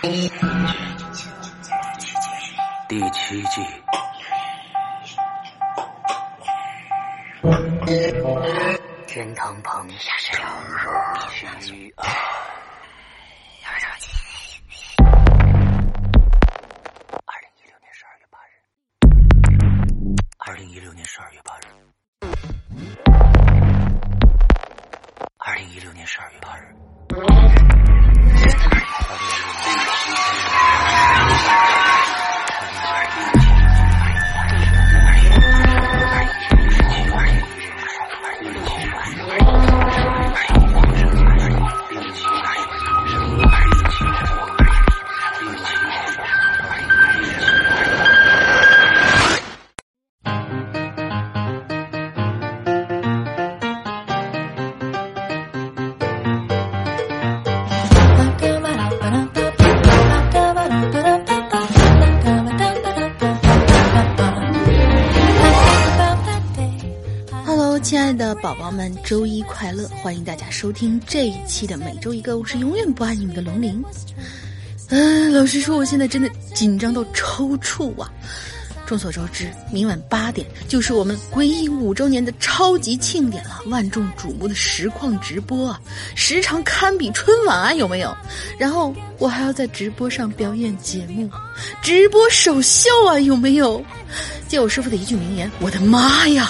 第7季。天堂旁徐2016年12月8日2016年12月8日亲爱的宝宝们，周一快乐！欢迎大家收听这一期的每周一个，我是永远不爱你们的龙鳞。老实说，我现在真的紧张到抽搐啊！众所周知，明晚8点就是我们鬼影5周年的超级庆典了，万众瞩目的实况直播啊，时长堪比春晚啊，有没有？然后我还要在直播上表演节目，直播首秀啊，有没有？借我师父的一句名言，我的妈呀！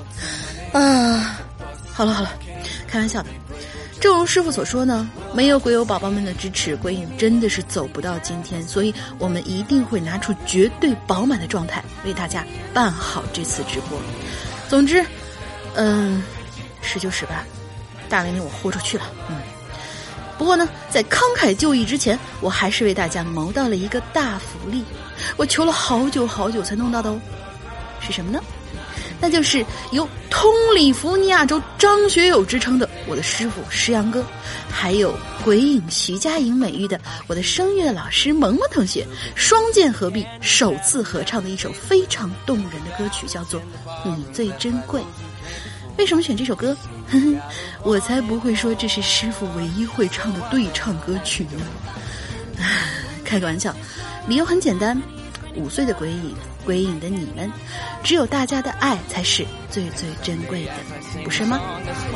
好了，开玩笑的。正如师父所说呢，没有鬼友宝宝们的支持，鬼影真的是走不到今天，所以我们一定会拿出绝对饱满的状态，为大家办好这次直播。总之，是就使吧，大玲玲我豁出去了。不过呢，在慷慨就义之前，我还是为大家谋到了一个大福利，我求了好久才弄到的哦。是什么呢？那就是由通里弗尼亚州张学友之称的我的师傅石阳哥，还有鬼影徐佳莹美誉的我的声乐老师萌萌同学，双剑合璧，首次合唱的一首非常动人的歌曲，叫做《你最珍贵》。为什么选这首歌？我才不会说这是师傅唯一会唱的对唱歌曲呢。开个玩笑，理由很简单，5岁的鬼影的你们，只有大家的爱才是最珍贵的，不是吗？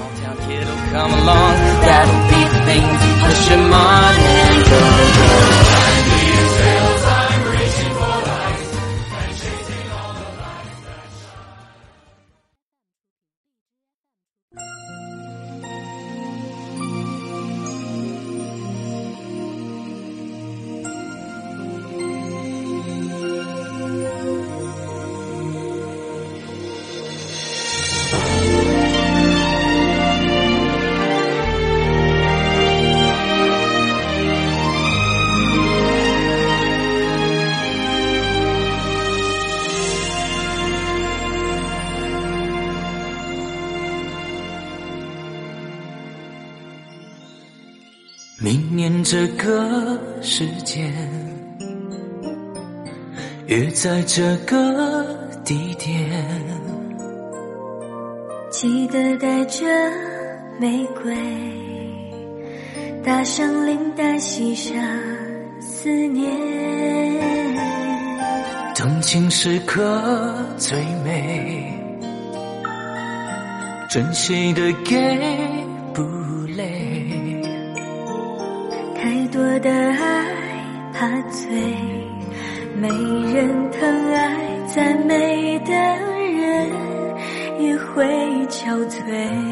明年这个时间，约在这个地点， 记得带着玫瑰，搭上领带，系上思念。 动情时刻最美，珍惜的给不累。 太多的爱怕醉，没人疼爱，再美的人也会憔悴。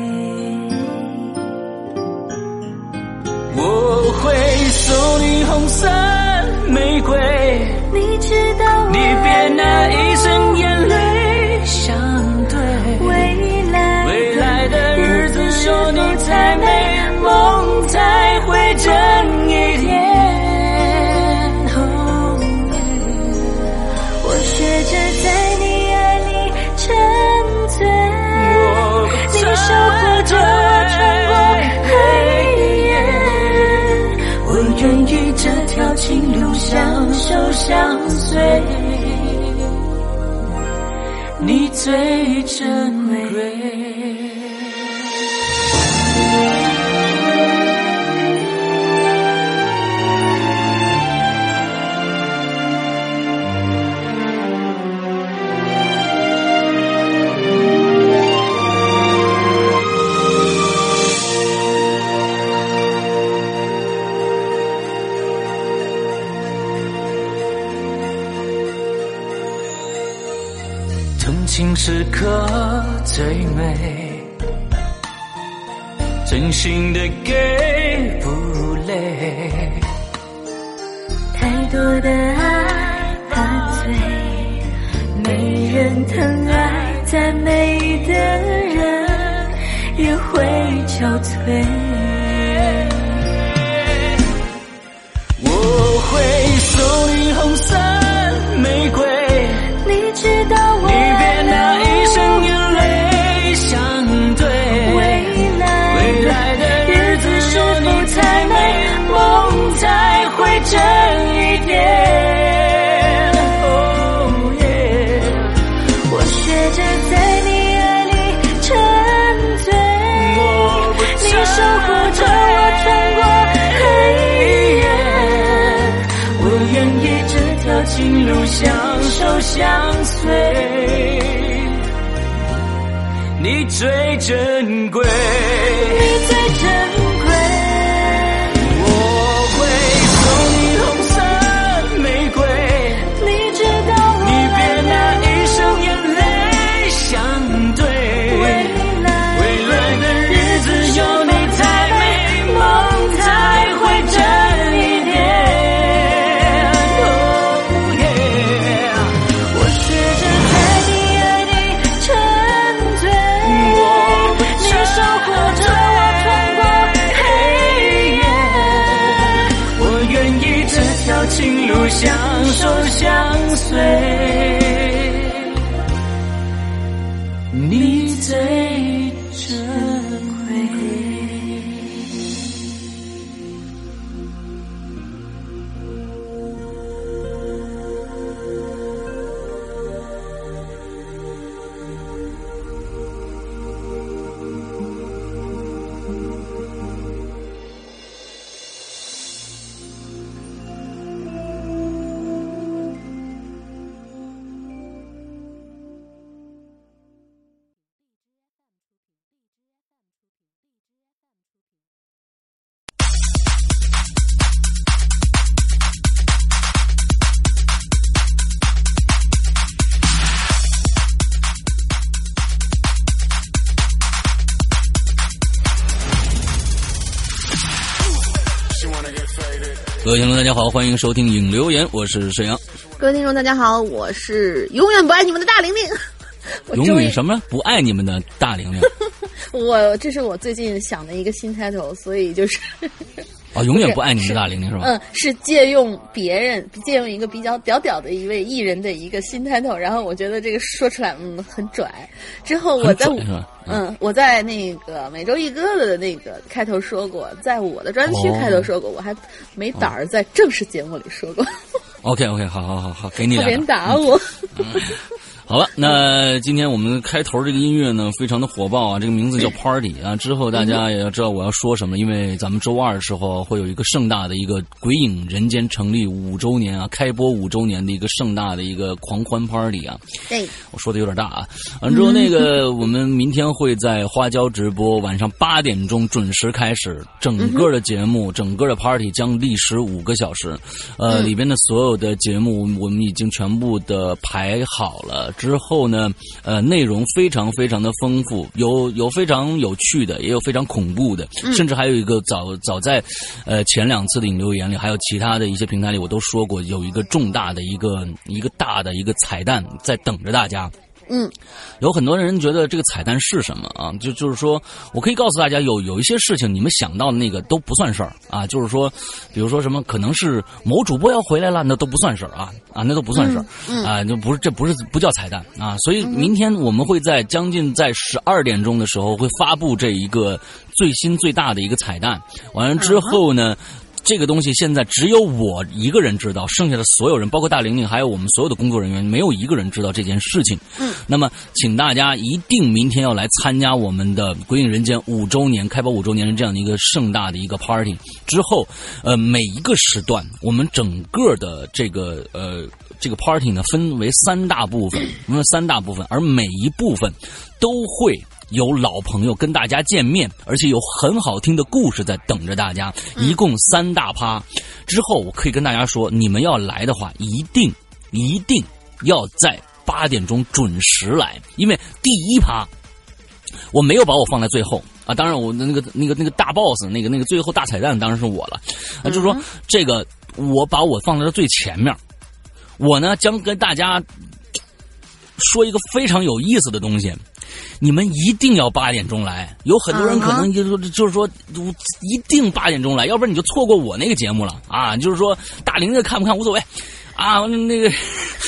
我会送你红色玫瑰， 你知道我你别拿一生眼泪相对。未来的日子有你才美，梦才会真一点。 我学着在你爱里沉醉，你守护着我穿过黑夜， 我愿与这条情路相守相随，你最珍贵。 美，真心的给不累， 太多的爱怕醉，没人疼爱再美的人也会憔悴。 我会送你红色玫瑰， 你知道我你别拿一生眼泪相对，未来的日子说你才美，梦才会真一点。哦耶， 我学着在你爱里沉醉，你守护着我穿过黑夜， 我愿意这条情路相守相随，你最珍贵， 你最珍贵。 我会送你红色玫瑰， 你知道我你别拿一生眼泪相对，未来的日子有你才美，梦才会真一点。Oh yeah， 我学着在你爱里沉醉，你守护着我穿过黑夜， 我愿意这条情路相守相随，你最珍贵。各位听众大家好，欢迎收听影留言，我是沈阳。 各位听众大家好，我是永远不爱你们的大玲玲。 永远什么不爱你们的大玲玲？ 这是我最近想的一个新开头，所以就是永远不爱你们的大玲玲是吧？ 是借用一个比较屌的一位艺人的一个新开头，然后我觉得这个说出来很拽。之后我在我在那个每周一歌的那个开头说过，在我的专区开头说过，我还没胆儿在正式节目里说过。 OK， 好，给你俩。 别打我。 好了，那今天我们开头这个音乐呢，非常的火爆啊，这个名字叫 Party 啊。之后大家也要知道我要说什么，因为咱们周二的时候会有一个盛大的一个鬼影人间成立5周年啊，开播5周年的一个盛大的一个狂欢 Party 啊。 对， 我说的有点大啊。完之后那个我们明天会在花椒直播，晚上8点钟准时开始，整个的节目，整个的 Party 将历时5个小时。里边的所有的节目我们已经全部的排好了。之后呢，内容非常非常的丰富，有非常有趣的，也有非常恐怖的，甚至还有一个早在前2次的引流言里，还有其他的一些平台里，我都说过有一个重大的一个大的一个彩蛋在等着大家。有很多人觉得这个彩蛋是什么啊？就是说我可以告诉大家，有一些事情你们想到的那个都不算事儿啊，就是说，比如说什么可能是某主播要回来了，那都不算事儿啊，那都不算事儿啊，这不叫彩蛋啊。所以明天我们会在将近在12点钟的时候会发布这一个最新最大的一个彩蛋，完了之后呢。这个东西现在只有我一个人知道，剩下的所有人，包括大玲玲，还有我们所有的工作人员，没有一个人知道这件事情。那么，请大家一定明天要来参加我们的《鬼影人间》5周年开播5周年的这样的一个盛大的一个 party。之后，每一个时段，我们整个的这个 party 呢，分为3大部分，而每一部分都会。有老朋友跟大家见面，而且有很好听的故事在等着大家，一共3大趴。之后我可以跟大家说，你们要来的话，一定要在8点钟准时来，因为第一趴我没有把我放在最后啊，当然我那个大 boss 那个最后大彩蛋当然是我了啊，就是说这个我把我放在了最前面，我呢将跟大家说一个非常有意思的东西。你们一定要8点钟来，有很多人可能就是说一定8点钟来，要不然你就错过我那个节目了啊！就是说大玲子看不看无所谓啊，那个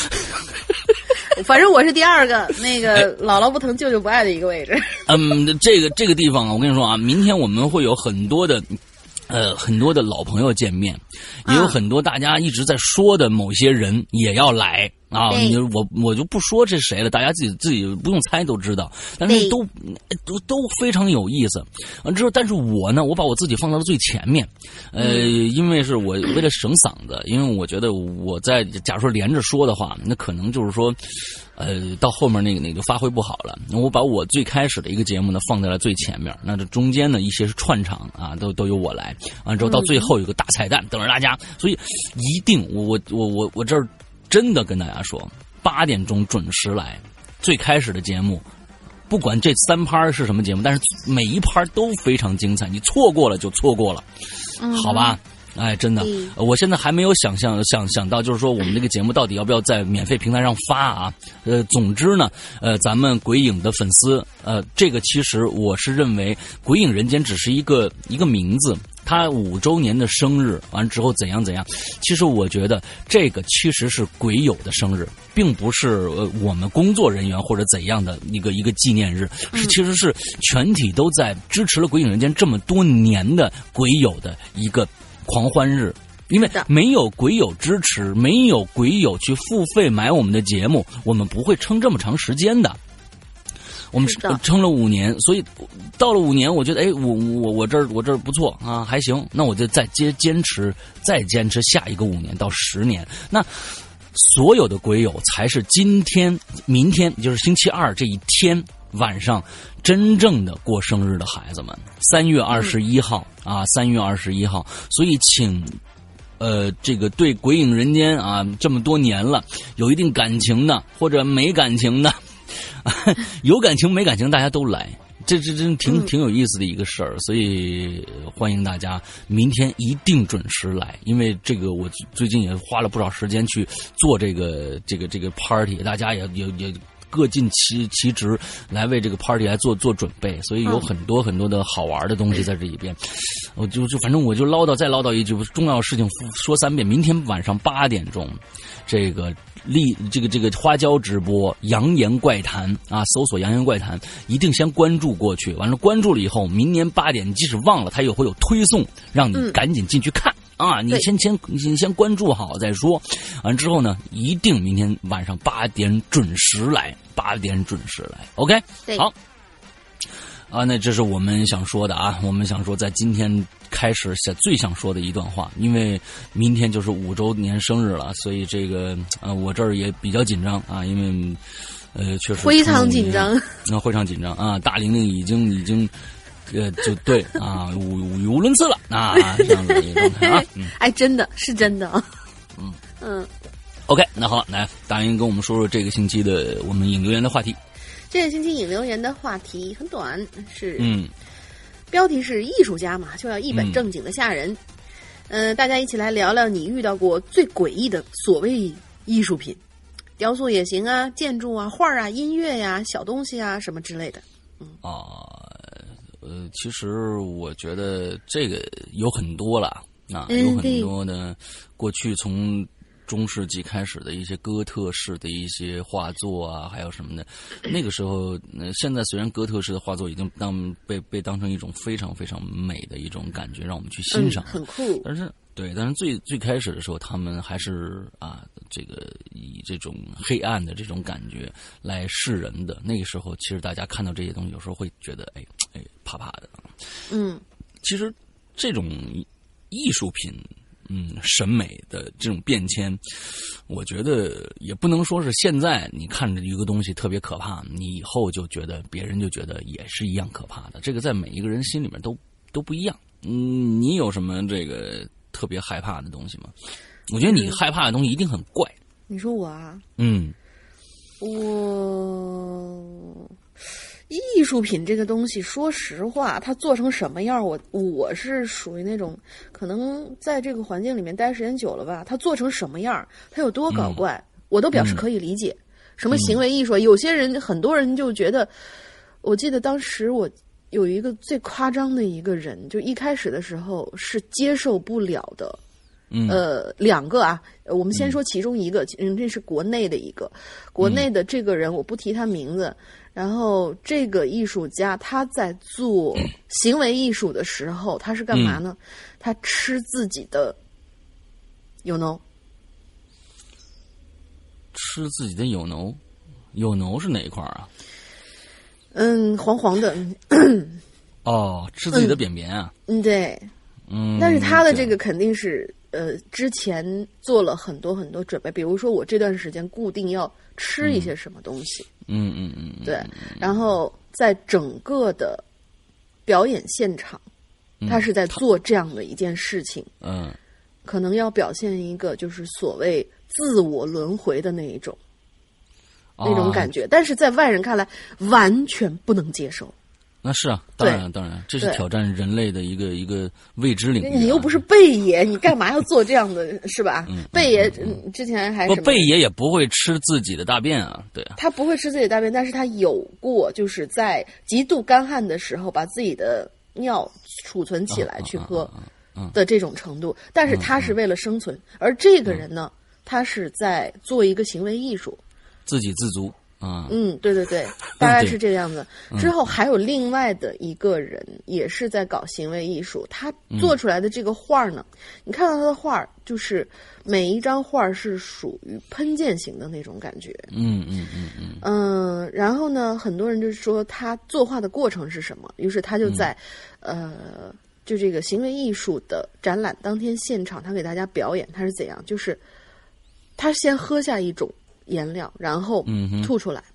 反正我是第二个那个姥姥不疼舅舅不爱的一个位置。 这个地方啊，我跟你说啊，明天我们会有很多的老朋友见面，也有很多大家一直在说的某些人也要来啊。我就不说这是谁了，大家自己不用猜都知道，但是都非常有意思。之后，但是我呢，我把我自己放到了最前面，因为是我为了省嗓子，因为我觉得我在假如说连着说的话，那可能就是说。到后面那个就发挥不好了。我把我最开始的一个节目呢放在了最前面，那这中间呢一些是串场啊，都由我来。完之后到最后有个大彩蛋等着大家，所以一定我这儿真的跟大家说，8点钟准时来。最开始的节目，不管这3趴是什么节目，但是每一趴都非常精彩，你错过了就错过了，好吧？哎，真的，我现在还没有想到，就是说我们这个节目到底要不要在免费平台上发啊？总之呢，咱们鬼影的粉丝，这个其实我是认为鬼影人间只是一个名字，他5周年的生日完之后怎样，其实我觉得这个其实是鬼友的生日，并不是我们工作人员或者怎样的一个纪念日，其实是全体都在支持了鬼影人间这么多年的鬼友的一个狂欢日。因为没有鬼友支持，没有鬼友去付费买我们的节目，我们不会撑这么长时间的。我们撑了5年，所以到了5年，我觉得，哎，我这儿不错啊，还行。那我就再坚持下一个5年到10年。那所有的鬼友才是明天就是星期2这一天晚上真正的过生日的孩子们。3月21号啊，3月21号。所以请。这个对鬼影人间啊这么多年了，有一定感情的或者没感情的，有感情没感情大家都来，这真挺有意思的一个事儿，所以欢迎大家明天一定准时来，因为这个我最近也花了不少时间去做这个 party， 大家也各尽其职来为这个 party 来做准备，所以有很多的好玩的东西在这里边。我就反正我就再唠叨一句，重要的事情说3遍。明天晚上8点钟，这个花椒直播扬言怪谈啊，搜索扬言怪谈，一定先关注过去。完了关注了以后，明年8点，你即使忘了，它也会有推送，让你赶紧进去看。啊，你先关注好再说，完之后呢，一定明天晚上8点准时来，OK， 好。啊，那这是我们想说的啊，我们想说在今天开始最想说的一段话，因为明天就是5周年生日了，所以这个我这儿也比较紧张啊，因为确实非常紧张， 非常紧张啊，大玲玲已经。就对啊，语无伦次了啊，这样子的一个状态啊。 哎，真的是真的。 OK， 那好，来，大玲跟我们说这个星期的我们引留言的话题。 这个星期引留言的话题很短，是标题是艺术家嘛，就要一本正经的吓人。大家一起来聊聊你遇到过最诡异的所谓艺术品，雕塑也行啊，建筑啊，画啊，音乐呀，小东西啊，什么之类的。 其实我觉得这个有很多了啊，有很多的过去从中世纪开始的一些哥特式的一些画作啊，还有什么的。那个时候，现在虽然哥特式的画作已经被当成一种非常非常美的一种感觉，让我们去欣赏， 很酷。 但是最开始的时候，他们还是这个以这种黑暗的这种感觉来示人的。那个时候，其实大家看到这些东西，有时候会觉得哎怕怕的。其实这种艺术品，审美的这种变迁，我觉得也不能说是现在你看着一个东西特别可怕，你以后就觉得别人就觉得也是一样可怕的。这个在每一个人心里面都不一样。你有什么这个特别害怕的东西吗？我觉得你害怕的东西一定很怪。你说我啊？ 我艺术品这个东西，说实话，它做成什么样，我是属于那种可能在这个环境里面待时间久了吧，它做成什么样，它有多搞怪，我都表示可以理解。什么行为艺术，有些人很多人就觉得，我记得当时我有一个最夸张的一个人，就一开始的时候是接受不了的。两个啊，我们先说其中一个，这是国内的一个，国内的这个人我不提他名字，然后这个艺术家他在做行为艺术的时候，他是干嘛呢？他吃自己的有脓， 吃自己的有脓，有脓是哪一块啊？ 黄黄的。 哦，吃自己的便便啊？ 对。但是他的这个肯定是之前做了很多很多准备，比如说我这段时间固定要吃一些什么东西，对，然后在整个的表演现场，他是在做这样的一件事情，可能要表现一个就是所谓自我轮回的那一种，那种感觉，但是在外人看来完全不能接受。 那是啊，当然，这是挑战人类的一个未知领域。 你又不是贝爷，你干嘛要做这样的，是吧？贝爷之前还贝爷也不会吃自己的大便啊，对啊。 他不会吃自己的大便，但是他有过就是在极度干旱的时候，把自己的尿储存起来去喝的这种程度。但是他是为了生存，而这个人呢，他是在做一个行为艺术， 自给自足。 对，大概是这个样子。之后还有另外的一个人，也是在搞行为艺术，他做出来的这个画呢，你看到他的画，就是每一张画是属于喷溅型的那种感觉。然后呢，很多人就说他作画的过程是什么，于是他就在就这个行为艺术的展览当天现场，他给大家表演他是怎样，就是他先喝下一种颜料，然后吐出来，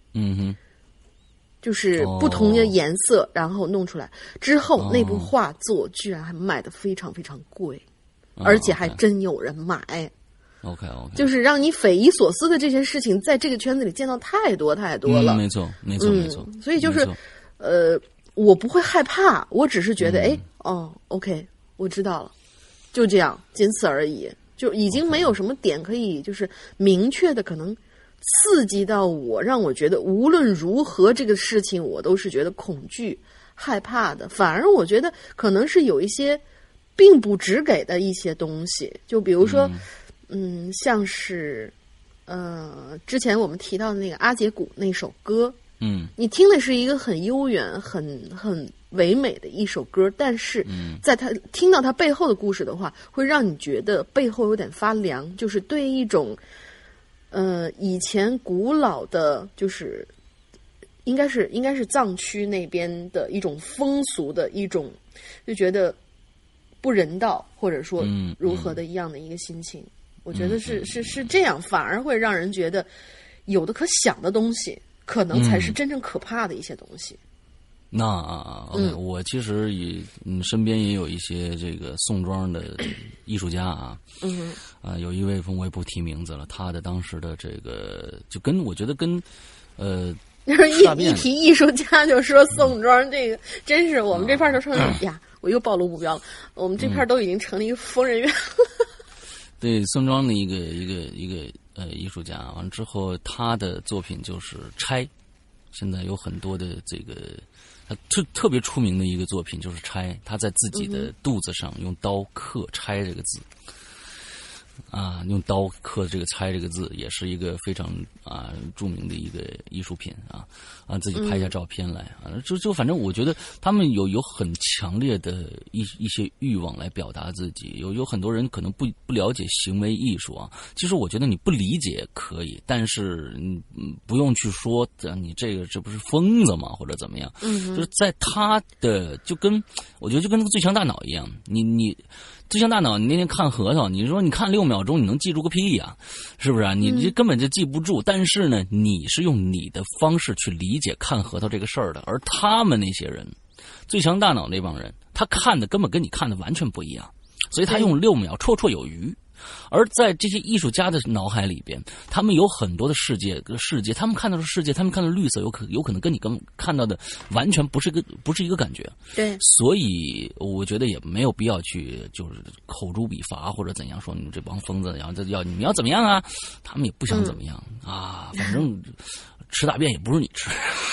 就是不同的颜色，然后弄出来之后，那部画作居然还卖得非常非常贵，而且还真有人买。 OK， 就是让你匪夷所思的这些事情，在这个圈子里见到太多太多了。 没错。 所以就是我不会害怕，我只是觉得OK， 我知道了，就这样，仅此而已。就已经没有什么点可以就是明确的可能刺激到我，让我觉得无论如何这个事情我都是觉得恐惧害怕的。反而我觉得可能是有一些并不只给的一些东西，就比如说像是之前我们提到的那个阿姐鼓那首歌，你听的是一个很悠远很唯美的一首歌，但是在他听到他背后的故事的话，会让你觉得背后有点发凉，就是对一种以前古老的，就是应该是藏区那边的一种风俗的一种，就觉得不人道，或者说如何的一样的一个心情。我觉得是这样，反而会让人觉得有的可想的东西，可能才是真正可怕的一些东西。 那OK，我其实身边也有一些这个宋庄的艺术家啊，有一位我也不提名字了，他的当时的这个就跟我觉得跟就是一提艺术家就说宋庄，这个真是我们这片就成呀，我又暴露目标了，我们这片都已经成了一个疯人院了。 对，宋庄的一个艺术家，完了之后他的作品就是拆，现在有很多的这个。特别出名的一个作品就是拆，他在自己的肚子上用刀刻拆这个字，用刀刻这个拆这个字，也是一个非常著名的一个艺术品自己拍下照片来就反正我觉得他们有很强烈的一些欲望来表达自己，有很多人可能不了解行为艺术其实我觉得你不理解可以，但是不用去说你这不是疯子吗或者怎么样，就是在他的我觉得就跟那个最强大脑一样，你最强大脑，你那天看核桃，你说你看6秒钟，你能记住个屁呀？是不是你这根本就记不住。但是呢，你是用你的方式去理解看核桃这个事儿的，而他们那些人，最强大脑那帮人，他看的根本跟你看的完全不一样，所以他用6秒绰绰有余。 而在这些艺术家的脑海里边，他们有很多的世界，他们看到的世界，他们看到绿色有可能跟你看到的完全不是一个感觉。 对， 所以我觉得也没有必要去就是口诛笔伐或者怎样说你们这帮疯子，然后你们要怎么样啊？他们也不想怎么样啊，反正吃大便也不是你吃。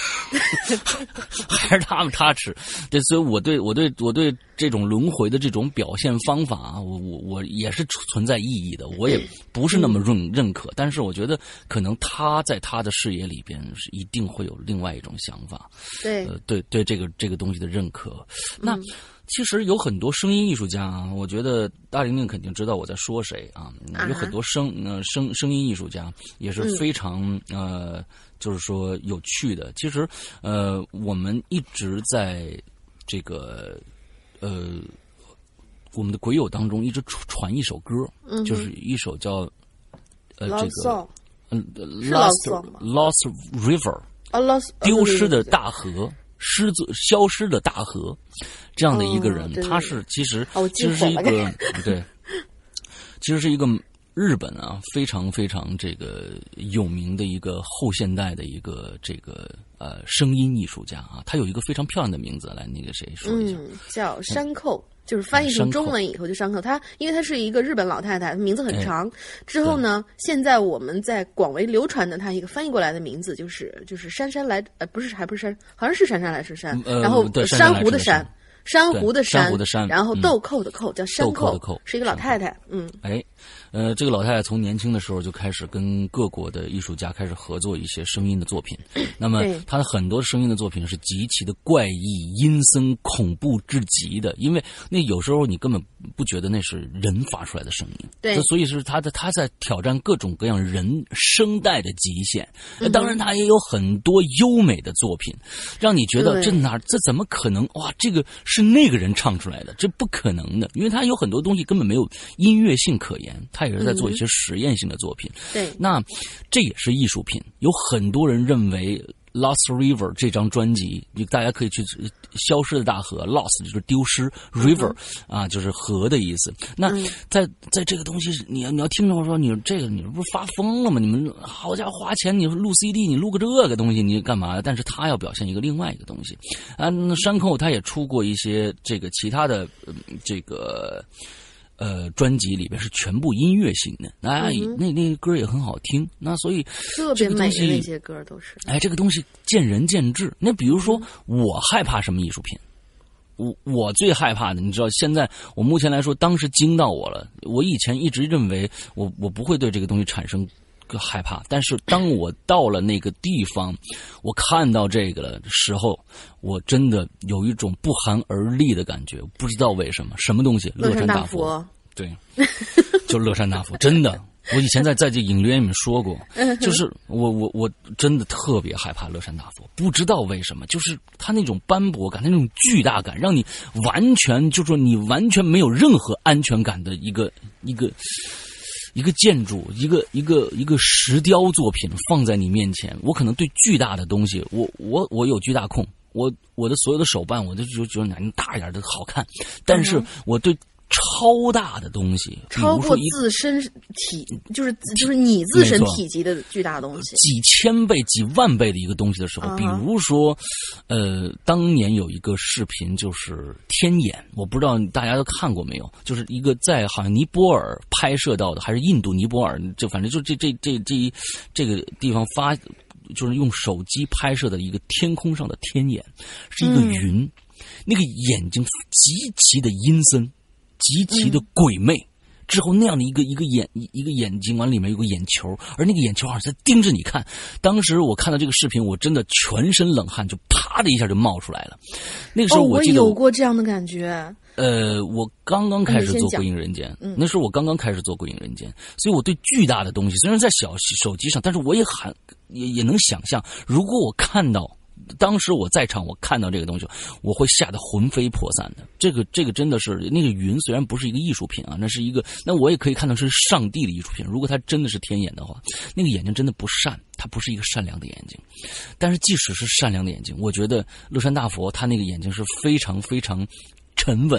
还是他吃，对，所以我对这种轮回的这种表现方法，我也是存在异议的，我也不是那么认可。但是我觉得可能他在他的视野里边是一定会有另外一种想法， 对， 对这个东西的认可。那其实有很多声音艺术家啊，我觉得大玲玲肯定知道我在说谁啊，有很多声音艺术家也是非常就是说有趣的。其实我们一直在这个我们的鬼友当中一直传一首歌，就是一首叫这个Lost River， 丢失的大河，消失的大河，这样的一个人，他是其实是一个对，其实是一个日本啊非常非常这个有名的一个后现代的一个这个声音艺术家啊，他有一个非常漂亮的名字，来那个谁说一下， 叫山口。就是翻译成中文以后就山口，她因为她是一个日本老太太，名字很长。之后呢，现在我们在广为流传的她一个翻译过来的名字就是姗姗来，不是，还不是姗，好像是姗姗来迟姗，然后珊瑚的珊，珊瑚的珊，然后豆蔻的蔻，叫山口，是一个老太太。 这个老太太从年轻的时候就开始跟各国的艺术家开始合作一些声音的作品。那么她的很多声音的作品是极其的怪异、阴森、恐怖至极的，因为那有时候你根本不觉得那是人发出来的声音。 对， 所以是她在挑战各种各样人声带的极限。当然，她也有很多优美的作品，让你觉得这怎么可能？哇，这个是那个人唱出来的，这不可能的，因为她有很多东西根本没有音乐性可言。他也是在做一些实验性的作品， 对， 那这也是艺术品。有很多人认为 Lost River 这张专辑，大家可以去消失的大河 ，Lost 就是丢失 ，River 啊就是河的意思。那在这个东西，你要听着说你这个你不是发疯了吗？你们好家伙花钱你录 CD， 你录个这个东西你干嘛？但是他要表现另外一个东西啊。那山口他也出过一些这个其他的这个。专辑里边是全部音乐性的，那歌也很好听，那所以特别美的那些歌都是。 这个东西见仁见智。那比如说，我害怕什么艺术品？我最害怕的，你知道，现在我目前来说，当时惊到我了。我以前一直认为我不会对这个东西产生害怕，但是当我到了那个地方，我看到这个的时候，我真的有一种不寒而栗的感觉，不知道为什么。什么东西？乐山大佛。对，就乐山大佛，真的。我以前在这影留言里面说过，就是我真的特别害怕乐山大佛，不知道为什么，就是它那种斑驳感，那种巨大感，让你完全就说你完全没有任何安全感的一个建筑，一个石雕作品放在你面前，我可能对巨大的东西，我有巨大控，我的所有的手办我都觉得大一点的好看，但是我对超大的东西， 超过自身体，就是你自身体积的巨大的东西， 几千倍、几万倍的一个东西的时候，比如说，当年有一个视频就是天眼，我不知道大家都看过没有，就是一个在好像尼泊尔拍摄到的，还是印度尼泊尔，就反正就这个地方就是用手机拍摄的一个天空上的天眼，是一个云，那个眼睛极其的阴森。极其的鬼魅，之后那样的一个眼睛，完里面有个眼球，而那个眼球好像在盯着你看。当时我看到这个视频，我真的全身冷汗就啪的一下就冒出来了。那个时候我记得我有过这样的感觉。 我刚刚开始做鬼影人间，那时候我刚刚开始做鬼影人间，所以我对巨大的东西虽然在小手机上，但是我也能想象，如果我看到。当时我在场，我看到这个东西，我会吓得魂飞魄散的。这个真的是那个云，虽然不是一个艺术品啊，那我也可以看到是上帝的艺术品。如果它真的是天眼的话，那个眼睛真的不善，它不是一个善良的眼睛。但是即使是善良的眼睛，我觉得乐山大佛他那个眼睛是非常非常沉稳的，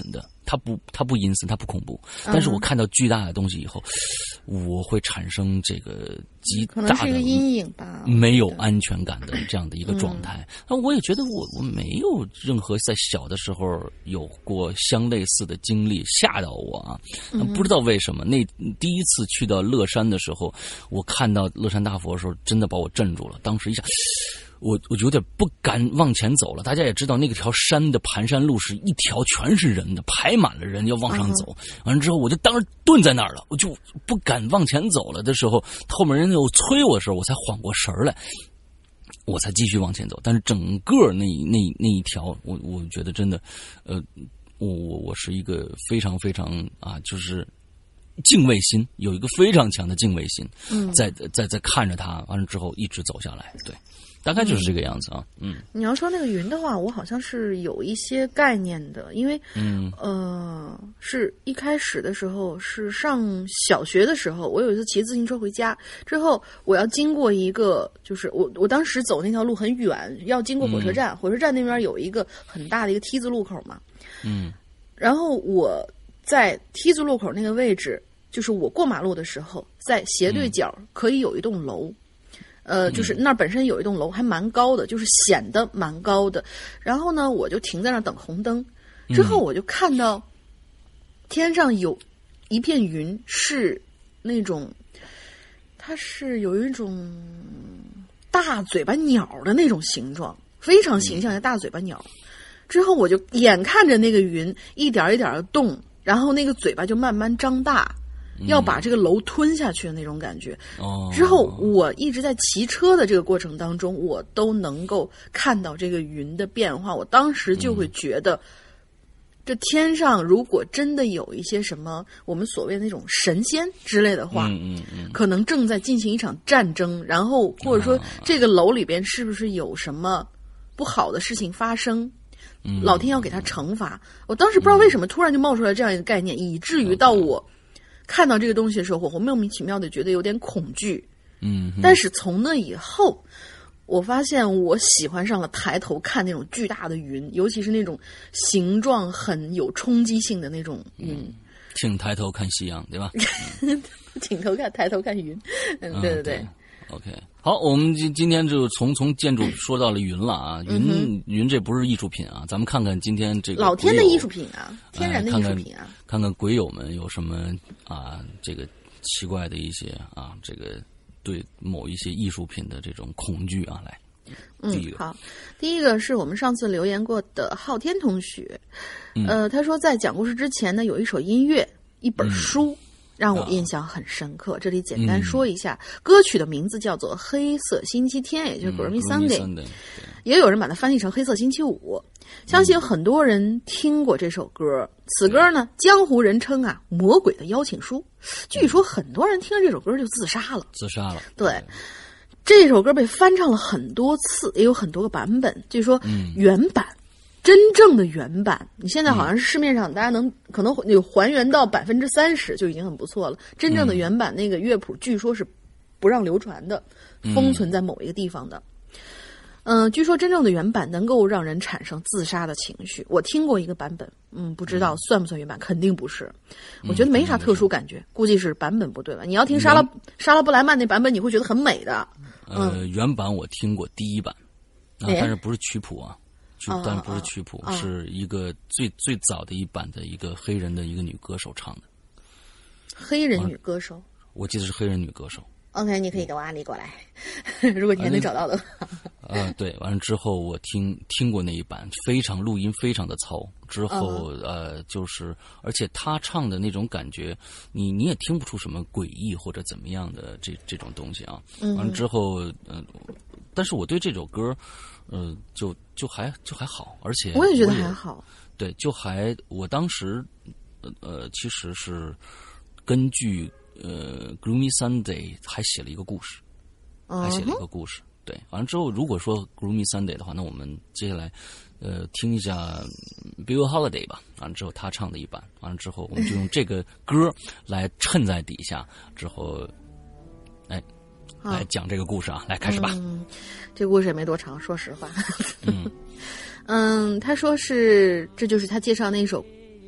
它不阴森，它不恐怖，但是我看到巨大的东西以后，我会产生这个极大的可能是一个阴影吧， 没有安全感的这样的一个状态。那我也觉得我没有任何在小的时候有过相类似的经历吓到我啊，不知道为什么。那第一次去到乐山的时候，我看到乐山大佛的时候，真的把我镇住了。当时一下。我就有点不敢往前走了。大家也知道，那个条山的盘山路是一条全是人的，排满了人要往上走。完了之后，我就当时顿在那儿了，我就不敢往前走了的时候，后面人又催我的时候，我才缓过神来，我才继续往前走。但是整个那一条，我觉得真的，我是一个非常非常就是敬畏心，有一个非常强的敬畏心，在看着它，完了之后一直走下来，对。大概就是这个样子啊， 你要说那个云的话，我好像是有一些概念的，因为是一开始的时候是上小学的时候，我有一次骑自行车回家之后，我要经过一个，就是我当时走那条路很远，要经过火车站，火车站那边有一个很大的一个T字路口嘛，然后我在T字路口那个位置，就是我过马路的时候，在斜对角可以有一栋楼。就是那儿本身有一栋楼还蛮高的，就是显得蛮高的。然后呢，我就停在那儿等红灯。之后我就看到天上有一片云，是那种，它是有一种大嘴巴鸟的那种形状，非常形象的大嘴巴鸟。之后我就眼看着那个云一点一点的动，然后那个嘴巴就慢慢张大。要把这个楼吞下去的那种感觉。之后我一直在骑车的这个过程当中，我都能够看到这个云的变化。我当时就会觉得，这天上如果真的有一些什么我们所谓的那种神仙之类的话，可能正在进行一场战争，然后或者说这个楼里边是不是有什么不好的事情发生，老天要给他惩罚。我当时不知道为什么突然就冒出来这样一个概念，以至于到我看到这个东西的时候，我莫名其妙的觉得有点恐惧。但是从那以后，我发现我喜欢上了抬头看那种巨大的云，尤其是那种形状很有冲击性的那种云。 请抬头看夕阳，对吧？ 请抬头看云。对对。 OK， 好，我们今天就从建筑说到了云了啊，云这不是艺术品啊，咱们看看今天这个老天的艺术品啊，天然的艺术品啊， 看看鬼友们有什么这个奇怪的一些这个对某一些艺术品的这种恐惧啊，来。 好，第一个是我们上次留言过的昊天同学，他说在讲故事之前呢，有一首音乐，一本书。让我印象很深刻。这里简单说一下，歌曲的名字叫做《黑色星期天》，也就是 Gloomy Sunday， 也有人把它翻译成《黑色星期五》。相信有很多人听过这首歌。此歌呢，江湖人称魔鬼的邀请书。据说很多人听了这首歌就自杀了。对。这首歌被翻唱了很多次，也有很多个版本。据说原版真正的原版，你现在好像是市面上大家可能有还原到30%就已经很不错了。真正的原版那个乐谱据说是不让流传的，封存在某一个地方的。据说真正的原版能够让人产生自杀的情绪。我听过一个版本，不知道算不算原版，肯定不是。我觉得没啥特殊感觉，估计是版本不对吧？你要听莎拉布莱曼那版本，你会觉得很美的。 原版我听过第一版，但是不是曲谱啊。但不是曲谱，是一个最早的一版的一个黑人的一个女歌手唱的。 黑人女歌手， 我记得是黑人女歌手。 OK， 你可以给我安利过来，如果你还能找到的话。 对，完了之后我听过那一版，录音非常的糙。之后就是而且他唱的那种感觉，你也听不出什么诡异或者怎么样的这种东西啊。完了之后但是我对这首歌。就还好，而且我也觉得还好。 对，我当时其实是根据Gloomy Sunday 还写了一个故事，对，完了之后，如果说 Gloomy Sunday 的话，那我们接下来听一下 Bill Holiday 吧。完了之后他唱的一版，完了之后我们就用这个歌来衬在底下，之后来讲这个故事啊，来开始吧。 这个故事也没多长，说实话。他说这就是他介绍那首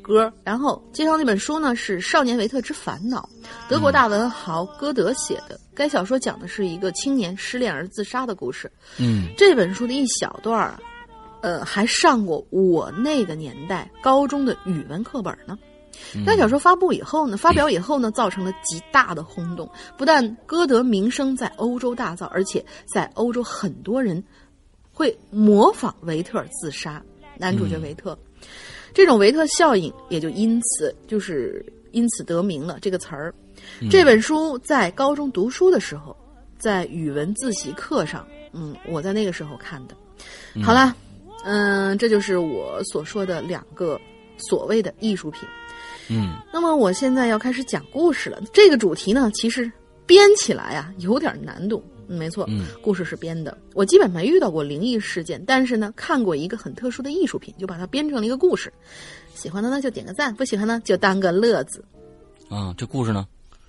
歌。然后介绍那本书呢是《少年维特之烦恼》，德国大文豪歌德写的。该小说讲的是一个青年失恋而自杀的故事。这本书的一小段还上过我那个年代高中的语文课本呢。该小说发表以后呢，造成了极大的轰动。不但歌德名声在欧洲大噪，而且在欧洲很多人会模仿维特自杀，男主角维特。这种维特效应也就因此得名了这个词儿。这本书在高中读书的时候，在语文自习课上，我在那个时候看的。好啦，这就是我所说的2个所谓的艺术品。那么我现在要开始讲故事了。这个主题呢，其实编起来啊有点难度。没错，故事是编的。我基本没遇到过灵异事件，但是呢，看过一个很特殊的艺术品，就把它编成了一个故事。喜欢的呢就点个赞，不喜欢呢就当个乐子。 这故事呢？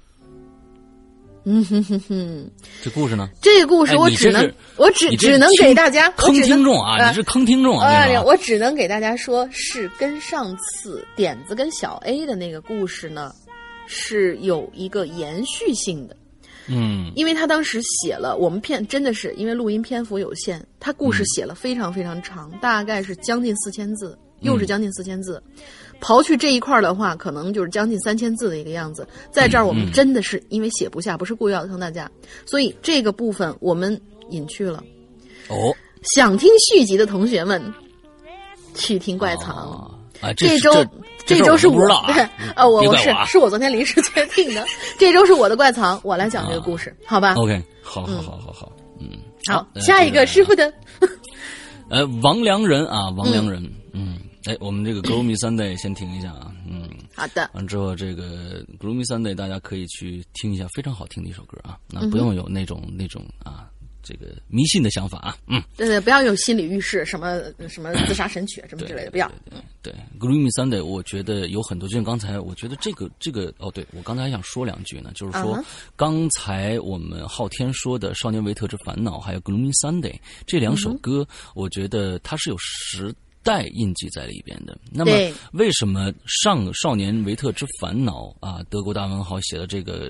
这故事呢？ 这个故事我只能给大家坑听众啊！你是坑听众啊！ 我只能给大家说，是跟上次点子跟小 A 的那个故事呢，是有一个延续性的。因为他当时写了，我们真的是因为录音篇幅有限，他故事写了非常非常长，大概是将近4000字，又是将近4000字。刨去这一块的话，可能就是将近3000字的一个样子。在这儿我们真的是因为写不下，不是故意要坑大家，所以这个部分我们隐去了。想听续集的同学们去听怪藏。这周是我的，是我昨天临时决定的。这周是我的怪藏，我来讲这个故事，好吧 ？OK， 好， 好，下一个师傅的， 王良人啊，王良人，我们这个 Gloomy Sunday 先停一下啊， 好的。 完之后，这个 Gloomy Sunday 大家可以去听一下，非常好听的一首歌啊，那不用有那种啊。这个迷信的想法啊， 对，不要有心理预示，什么自杀神曲什么之类的，不要。 对 Gloomy Sunday 我觉得有很多，就像刚才我觉得这个对，我刚才还想说2句呢，就是说刚才我们昊天说的《少年维特之烦恼》还有 Gloomy Sunday 这2首歌，我觉得它是有时代印记在里边的。那么为什么少年维特之烦恼啊，德国大文豪写的这个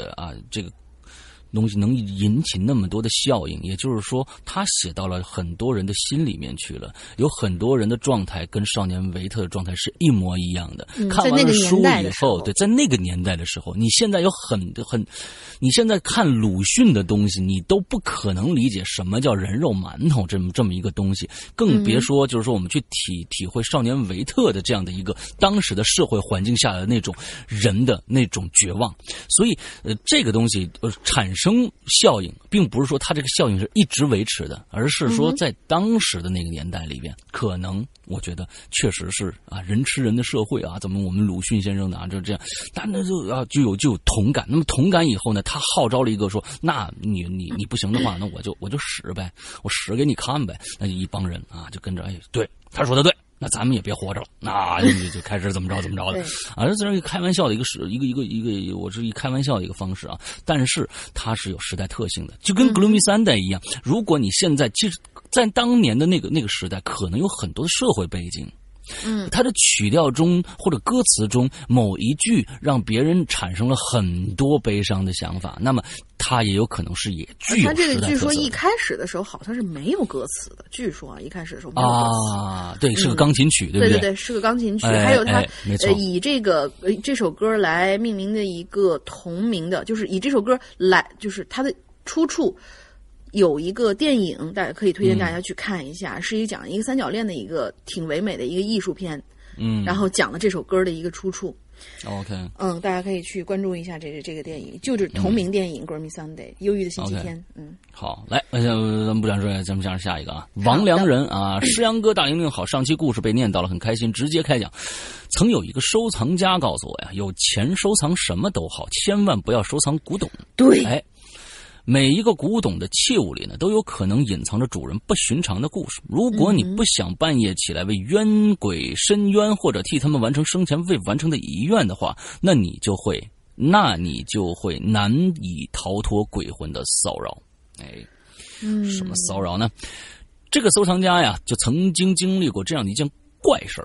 东西能引起那么多的效应，也就是说他写到了很多人的心里面去了，有很多人的状态跟少年维特的状态是一模一样的。看完了书以后，对，在那个年代的时候，你现在有你现在看鲁迅的东西，你都不可能理解什么叫人肉馒头这么一个东西，更别说就是说我们去体会少年维特的这样的一个当时的社会环境下的那种人的那种绝望。所以这个东西产生效应，并不是说它这个效应是一直维持的，而是说在当时的那个年代里边，可能我觉得确实是人吃人的社会啊，怎么我们鲁迅先生的就这样，但那就有同感。那么同感以后呢，他号召了一个说，那你不行的话，那我就使呗，我使给你看呗。那一帮人就跟着，对，他说的对。那咱们也别活着了，那就开始怎么着的这是开玩笑的我是开玩笑的一个方式啊，但是它是有时代特性的，就跟 Gloomy Sunday 一样。如果你现在其实，在当年的那个时代，可能有很多的社会背景。他的曲调中或者歌词中某一句让别人产生了很多悲伤的想法，那么他也有可能是也具有时代特色的。他这个据说一开始的时候好像是没有歌词的，据说一开始的时候没有歌词对，是个钢琴曲，对不对？ 对，是个钢琴曲。还有他以这首歌来命名的一个同名的，就是以这首歌来，就是它的出处。有一个电影，大家可以推荐大家去看一下，是讲一个三角恋的一个挺唯美的一个艺术片，然后讲了这首歌的一个出处。 OK， 大家可以去关注一下这个电影，就是同名电影《Gloomy Sunday》忧郁的星期天。 好，来，咱们不讲这，咱们讲下一个啊，王良人啊，诗阳哥大玲玲好，上期故事被念到了，很开心，直接开讲。曾有一个收藏家告诉我呀，有钱收藏什么都好，千万不要收藏古董。 对。 每一个古董的器物里呢，都有可能隐藏着主人不寻常的故事。如果你不想半夜起来为冤鬼申冤，或者替他们完成生前未完成的遗愿的话，那你就会难以逃脱鬼魂的骚扰。什么骚扰呢？这个收藏家呀，就曾经经历过这样的一件怪事儿。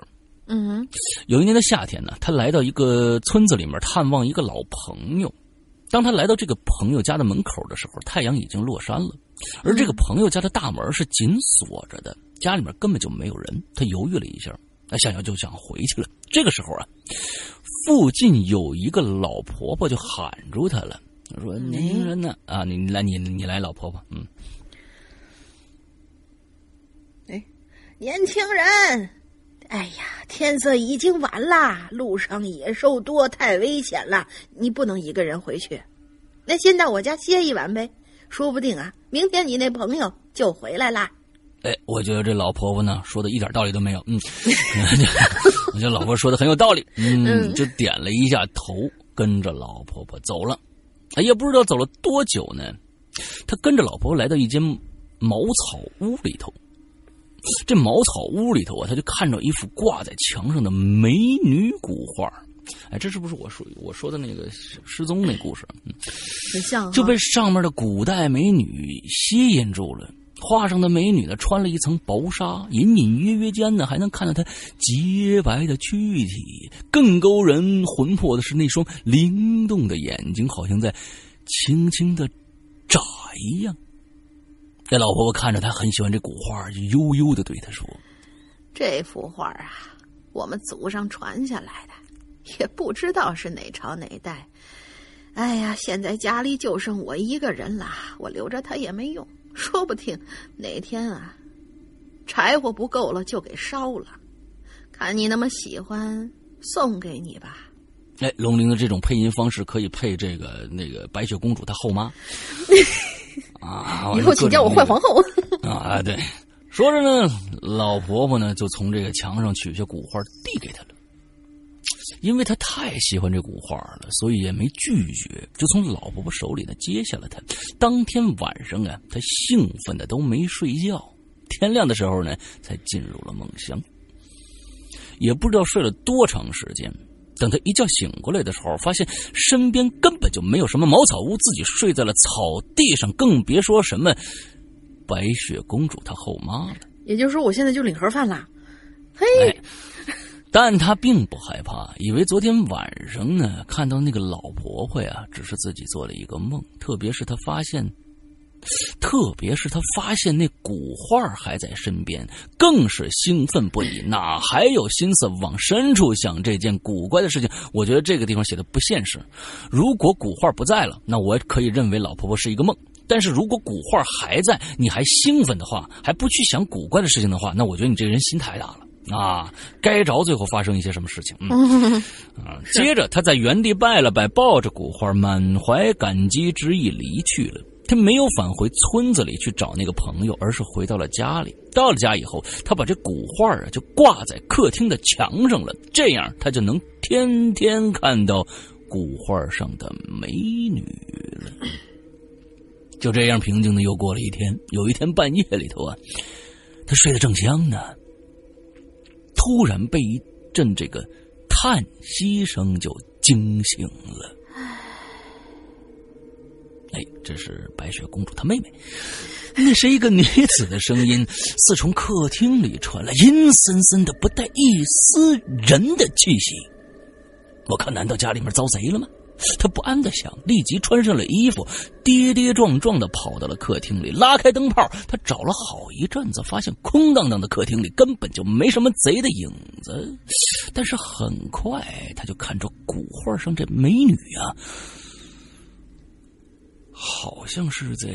有一年的夏天呢，他来到一个村子里面探望一个老朋友。当他来到这个朋友家的门口的时候，太阳已经落山了，而这个朋友家的大门是紧锁着的，家里面根本就没有人。他犹豫了一下，想就想回去了。这个时候啊，附近有一个老婆婆就喊住他了，说：“年轻人呢？啊，你来，老婆婆。” 年轻人，哎呀，天色已经晚了，路上野兽多，太危险了，你不能一个人回去。那先到我家歇一晚呗，说不定啊，明天你那朋友就回来啦。 我觉得这老婆婆呢说的一点道理都没有。我觉得老婆婆说的很有道理。就点了一下头，跟着老婆婆走了。也不知道走了多久呢，他跟着老婆婆来到一间茅草屋里头。这茅草屋里头啊，他就看到一幅挂在墙上的美女古画。这是不是我说的那个失踪那故事？ 很像， 就被上面的古代美女吸引住了。画上的美女呢，穿了一层薄纱，隐隐约约间呢，还能看到她洁白的躯体。更勾人魂魄的是那双灵动的眼睛，好像在轻轻的眨一样。这老婆婆看着她很喜欢这古画，就悠悠的对她说：“ 这幅画啊，我们祖上传下来的，也不知道是哪朝哪代。哎呀，现在家里就剩我一个人了，我留着它也没用，说不定哪天啊，柴火不够了就给烧了。看你那么喜欢，送给你吧。” 龙玲的这种配音方式可以配那个白雪公主她后妈。 以后请叫我坏皇后。 对，说着呢，老婆婆呢就从这个墙上取下古画递给她了。因为她太喜欢这古画了，所以也没拒绝，就从老婆婆手里呢接下了它。当天晚上啊，她兴奋的都没睡觉，天亮的时候呢才进入了梦乡。也不知道睡了多长时间，等他一觉醒过来的时候，发现身边根本就没有什么茅草屋，自己睡在了草地上，更别说什么白雪公主她后妈了。 也就是说，我现在就领盒饭啦。嘿， 但他并不害怕，以为昨天晚上呢看到那个老婆婆呀，只是自己做了一个梦。特别是他发现那古画还在身边，更是兴奋不已，哪还有心思往深处想这件古怪的事情。我觉得这个地方写的不现实。如果古画不在了，那我可以认为老婆婆是一个梦，但是如果古画还在，你还兴奋的话，还不去想古怪的事情的话，那我觉得你这个人心太大了啊！该着最后发生一些什么事情。接着他在原地拜了拜，抱着古画满怀感激之意离去了。他没有返回村子里去找那个朋友，而是回到了家里。到了家以后，他把这古画啊就挂在客厅的墙上了，这样他就能天天看到古画上的美女了。就这样平静的又过了一天。有一天半夜里头啊，他睡得正香呢，突然被一阵这个叹息声就惊醒了。这是白雪公主她妹妹。那是一个女子的声音，似从客厅里传来，阴森森的，不带一丝人的气息。我看，难道家里面遭贼了吗？他不安地想，立即穿上了衣服，跌跌撞撞地跑到了客厅里，拉开灯泡。他找了好一阵子，发现空荡荡的客厅里根本就没什么贼的影子。但是很快他就看着古画上这美女啊，好像是在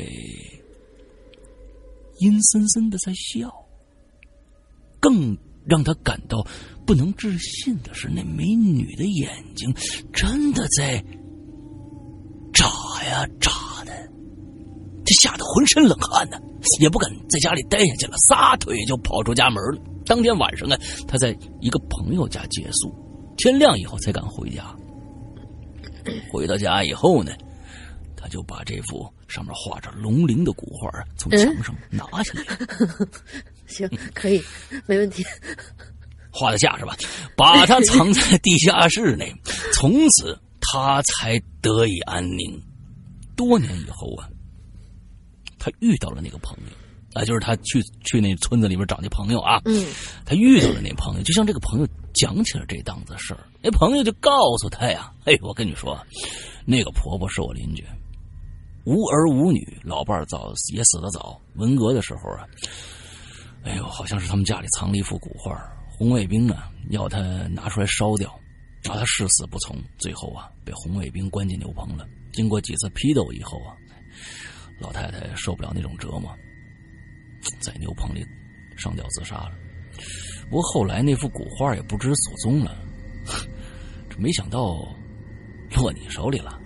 阴森森的在笑。更让他感到不能置信的是，那美女的眼睛真的在眨呀眨的。这吓得浑身冷汗呢，也不敢在家里待下去了，撒腿就跑出家门了。当天晚上啊，他在一个朋友家借宿，天亮以后才敢回家。回到家以后呢，他就把这幅上面画着龙鳞的古画从墙上拿下来。 行，可以，没问题。 画得下是吧？把它藏在地下室内，从此他才得以安宁。多年以后啊，他遇到了那个朋友， 啊，就是他去那村子里边找那朋友啊，他遇到了那朋友，就像这个朋友讲起了这档子事儿，那朋友就告诉他呀，哎，我跟你说，那个婆婆是我邻居，无儿无女，老伴儿也死得早，文革的时候啊，哎呦，好像是他们家里藏了一幅古画，红卫兵啊要他拿出来烧掉，然后他誓死不从，最后啊被红卫兵关进牛棚了。经过几次批斗以后啊，老太太受不了那种折磨，在牛棚里上吊自杀了。不过后来那幅古画也不知所踪了，这没想到落你手里了。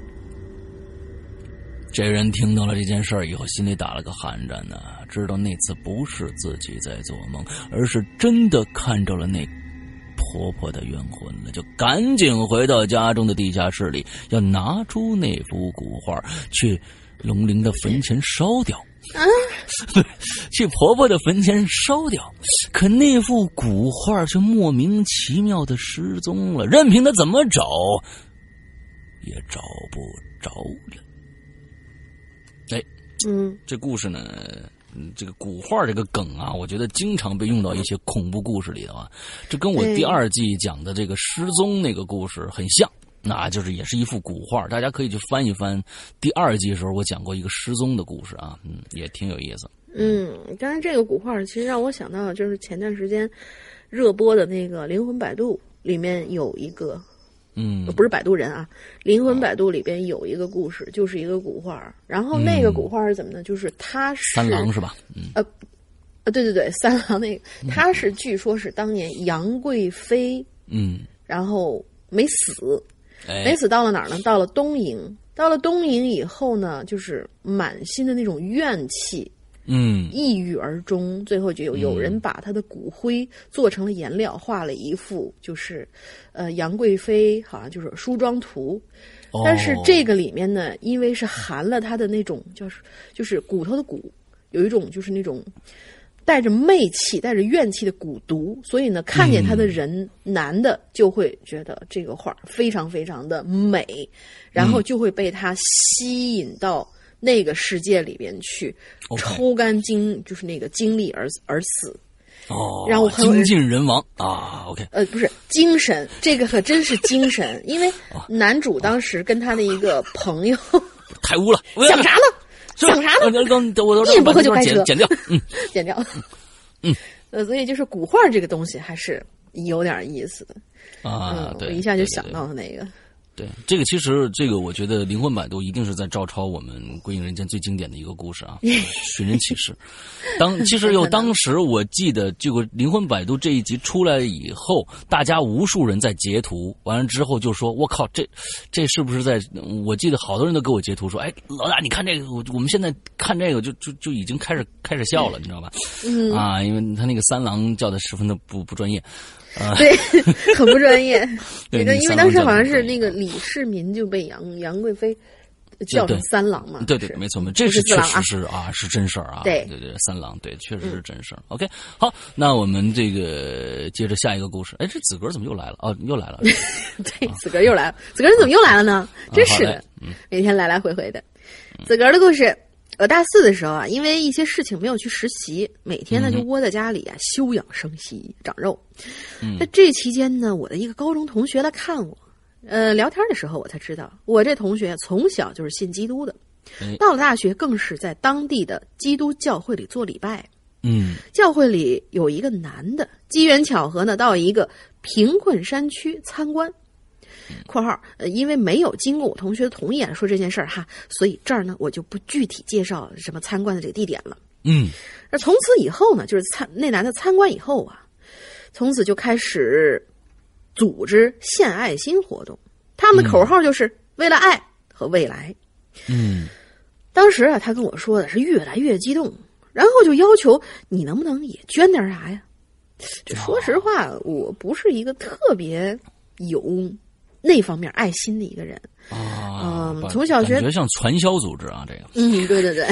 这人听到了这件事儿以后，心里打了个寒战呢，知道那次不是自己在做梦，而是真的看着了那婆婆的冤魂了，就赶紧回到家中的地下室里，要拿出那幅古画去龙陵的坟前烧掉。去婆婆的坟前烧掉，可那幅古画却莫名其妙的失踪了，任凭他怎么找也找不着了。哎，这故事呢，这个古画这个梗啊，我觉得经常被用到一些恐怖故事里的啊，这跟我第2季讲的这个失踪那个故事很像。那就是也是一幅古画，大家可以去翻一翻。第2季的时候，我讲过一个失踪的故事啊，也挺有意思。 当然这个古画其实让我想到，就是前段时间热播的那个《灵魂摆渡》里面有一个，不是摆渡人啊，《灵魂摆渡》里边有一个故事，就是一个古画。然后那个古画是怎么呢？就是他是三郎是吧？ 对，三郎那个，他是据说是当年杨贵妃，然后没死。没死到了哪儿呢？到了东营。到了东营以后呢，就是满心的那种怨气，抑郁而终。最后就有人把他的骨灰做成了颜料，画了一幅就是杨贵妃好像就是梳妆图。但是这个里面呢，因为是含了他的那种就是骨头的骨，有一种就是那种带着媚气、带着怨气的蛊毒，所以呢，看见他的人，男的就会觉得这个画非常非常的美，然后就会被他吸引到那个世界里边去，抽干就是那个精力而死。然后精尽人亡啊 ！OK， 不是精神，这个可真是精神，因为男主当时跟他的一个朋友， 太污了， 想啥呢？想啥呢？ 我一不喝就开车， 剪掉， 剪掉。所以就是古画这个东西还是有点意思的啊。对， 我一下就想到了那个。 对，这个其实我觉得《灵魂摆渡》一定是在照抄我们《归隐人间》最经典的一个故事啊，《寻人启事》。当时我记得这个《灵魂摆渡》这一集出来以后，大家无数人在截图，完了之后就说：“我靠，这是不是在？”我记得好多人都给我截图说：“哎，老大，你看这个，我们现在看这个就已经开始笑了，你知道吧？”啊，因为他那个三郎叫的十分的不专业。 对，很不专业。因为当时好像是那个李世民就被杨贵妃叫成三郎嘛。 对，没错，这是确实是啊，是真事儿啊。 对， 三郎，对，确实是真事儿。OK， 好，那我们这个接着下一个故事。哎，这子格怎么又来了？又来了。 对，子格又来了。子格你怎么又来了呢？真是的，每天来来回回的。子格的故事。我大4的时候啊，因为一些事情没有去实习，每天呢就窝在家里啊休养生息长肉。在这期间呢，我的一个高中同学来看我，聊天的时候我才知道，我这同学从小就是信基督的，到了大学更是在当地的基督教会里做礼拜。教会里有一个男的，机缘巧合呢到一个贫困山区参观。括号因为没有经过我同学的同意说这件事儿哈，所以这儿呢我就不具体介绍什么参观的这个地点了。那从此以后呢，就是那男的参观以后啊，从此就开始组织献爱心活动，他们的口号就是为了爱和未来。当时啊，他跟我说的是越来越激动，然后就要求你能不能也捐点啥呀？这说实话，我不是一个特别有那方面爱心的一个人从小学感觉像传销组织啊，这个对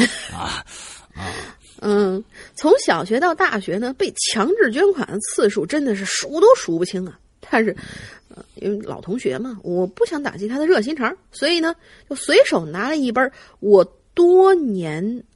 从小学到大学呢，被强制捐款的次数真的是数都数不清啊。但是因为老同学嘛，我不想打击他的热心肠，所以呢就随手拿了一本我多年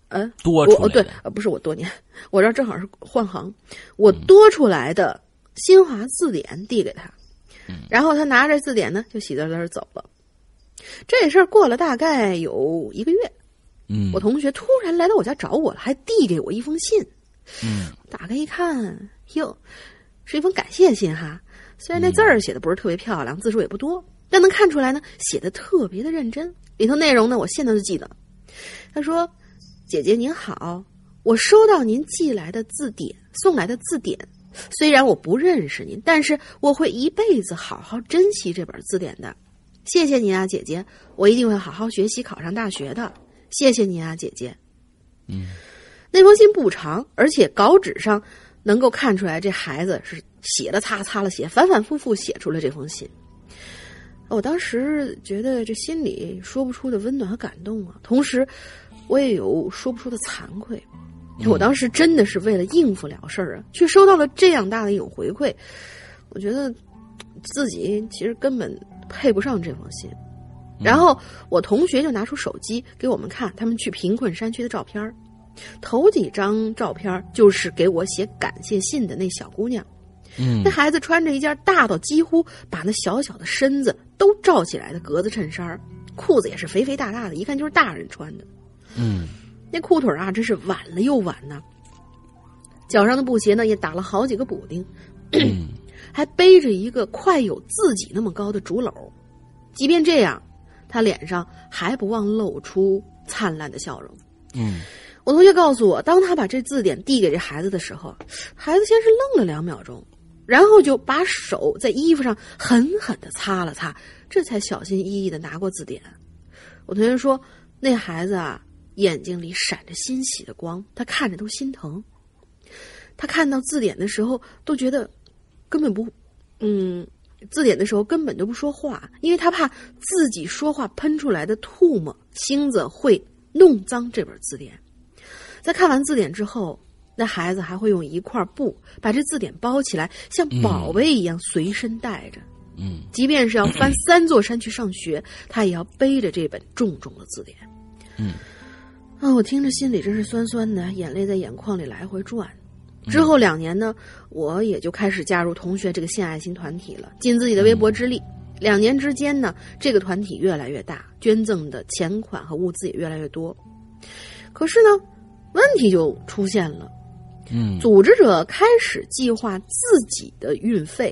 多出来的不是我多年，我这儿正好是换行，我多出来的新华字典递给他，然后他拿着字典呢就喜滋滋走了。这事儿过了大概有1个月，我同学突然来到我家找我了，还递给我一封信。打开一看，哟，是一封感谢信哈。虽然那字儿写的不是特别漂亮，字数也不多，但能看出来呢，写的特别的认真。里头内容呢，我现在就记得。他说：“姐姐您好，我收到您寄来的字典，送来的字典。虽然我不认识您，但是我会一辈子好好珍惜这本字典的。谢谢您啊，姐姐，我一定会好好学习，考上大学的。谢谢您啊，姐姐。”那封信不长，而且稿纸上能够看出来，这孩子是写了擦了写，反反复复写出了这封信。我当时觉得这心里说不出的温暖和感动啊，同时我也有说不出的惭愧。我当时真的是为了应付了事儿啊，却收到了这样大的一种回馈，我觉得自己其实根本配不上这封信。然后我同学就拿出手机给我们看他们去贫困山区的照片，头几张照片就是给我写感谢信的那小姑娘。那孩子穿着一件大到几乎把那小小的身子都罩起来的格子衬衫，裤子也是肥肥大大的，一看就是大人穿的。那裤腿啊真是挽了又挽呢，脚上的布鞋呢也打了好几个补丁，还背着一个快有自己那么高的竹篓。即便这样，他脸上还不忘露出灿烂的笑容。我同学告诉我，当他把这字典递给这孩子的时候，孩子先是愣了2秒钟，然后就把手在衣服上狠狠地擦了擦，这才小心翼翼地拿过字典。我同学说，那孩子啊，眼睛里闪着欣喜的光，他看着都心疼。他看到字典的时候都觉得根本不字典的时候根本就不说话，因为他怕自己说话喷出来的唾沫星子会弄脏这本字典。在看完字典之后，那孩子还会用一块布把这字典包起来，像宝贝一样随身带着。即便是要翻3座山去上学，他也要背着这本重重的字典。我听着心里真是酸酸的，眼泪在眼眶里来回转。之后2年呢，我也就开始加入同学这个献爱心团体了，尽自己的微薄之力。2年之间呢，这个团体越来越大，捐赠的钱款和物资也越来越多。可是呢，问题就出现了。组织者开始计划自己的运费，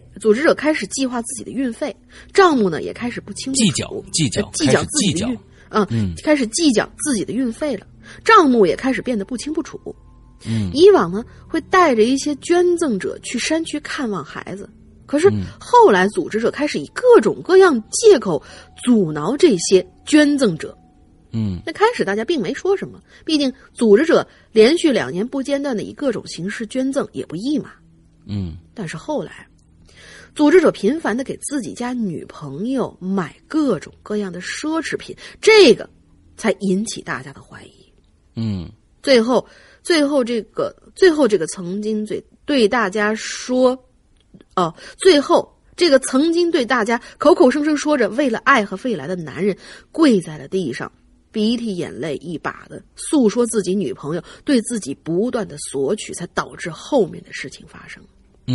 账目呢也开始不清不楚，计较自己的开始计较自己的运费了，账目也开始变得不清不楚。以往呢会带着一些捐赠者去山区看望孩子，可是后来组织者开始以各种各样借口阻挠这些捐赠者。那开始大家并没说什么，毕竟组织者连续2年不间断的以各种形式捐赠也不易嘛。但是后来组织者频繁的给自己家女朋友买各种各样的奢侈品，这个才引起大家的怀疑。最后这个曾经对大家说，最后这个曾经对大家口口声声说着为了爱和未来的男人，跪在了地上，鼻涕眼泪一把的诉说自己女朋友对自己不断的索取，才导致后面的事情发生。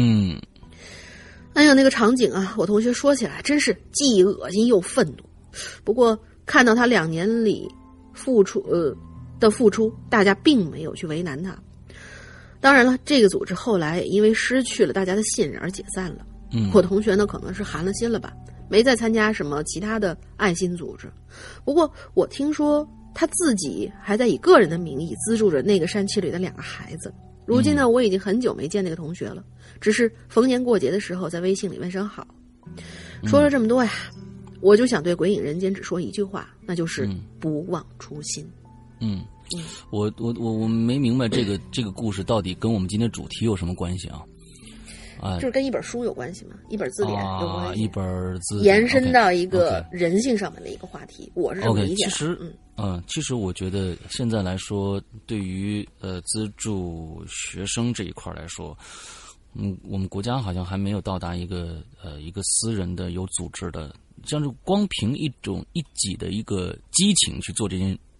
哎呀，那个场景啊，我同学说起来真是既恶心又愤怒。不过看到他2年里付出，大家并没有去为难他。当然了，这个组织后来也因为失去了大家的信任而解散了。我同学呢可能是寒了心了吧，没再参加什么其他的爱心组织。不过我听说他自己还在以个人的名义资助着那个山区里的2个孩子。如今呢，我已经很久没见那个同学了，只是逢年过节的时候在微信里问声好。说了这么多呀，我就想对鬼影人间只说一句话，那就是不忘初心。 我没明白这个故事到底跟我们今天主题有什么关系啊？ 就是跟一本书有关系嘛，一本字典有关系， 一本字典延伸到一个人性上面的一个话题，我是这么理解的。 其实我觉得现在来说，对于资助学生这一块来说，我们国家好像还没有到达一个私人的有组织的，像是光凭一己的一个激情去做这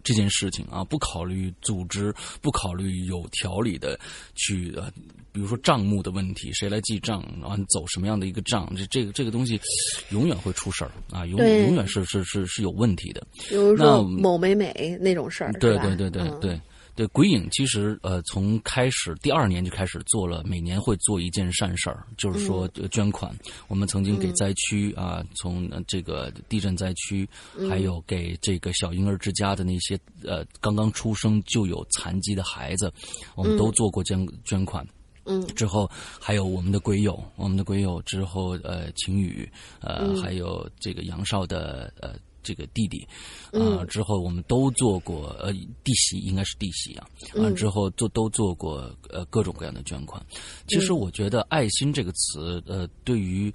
这件事情啊，不考虑组织，不考虑有条理的去比如说账目的问题，谁来记账啊？走什么样的一个账？这个东西永远会出事儿啊，永远是有问题的。 比如说某美那种事儿， 对，鬼影其实从开始第2年就开始做了，每年会做一件善事儿，就是说捐款。我们曾经给灾区啊，从这个地震灾区，还有给这个小婴儿之家的那些刚刚出生就有残疾的孩子，我们都做过捐款。之后还有我们的鬼友之后晴雨还有这个杨少的这个弟弟之后我们都做过弟媳，应该是弟媳之后都做过各种各样的捐款。其实我觉得爱心这个词对于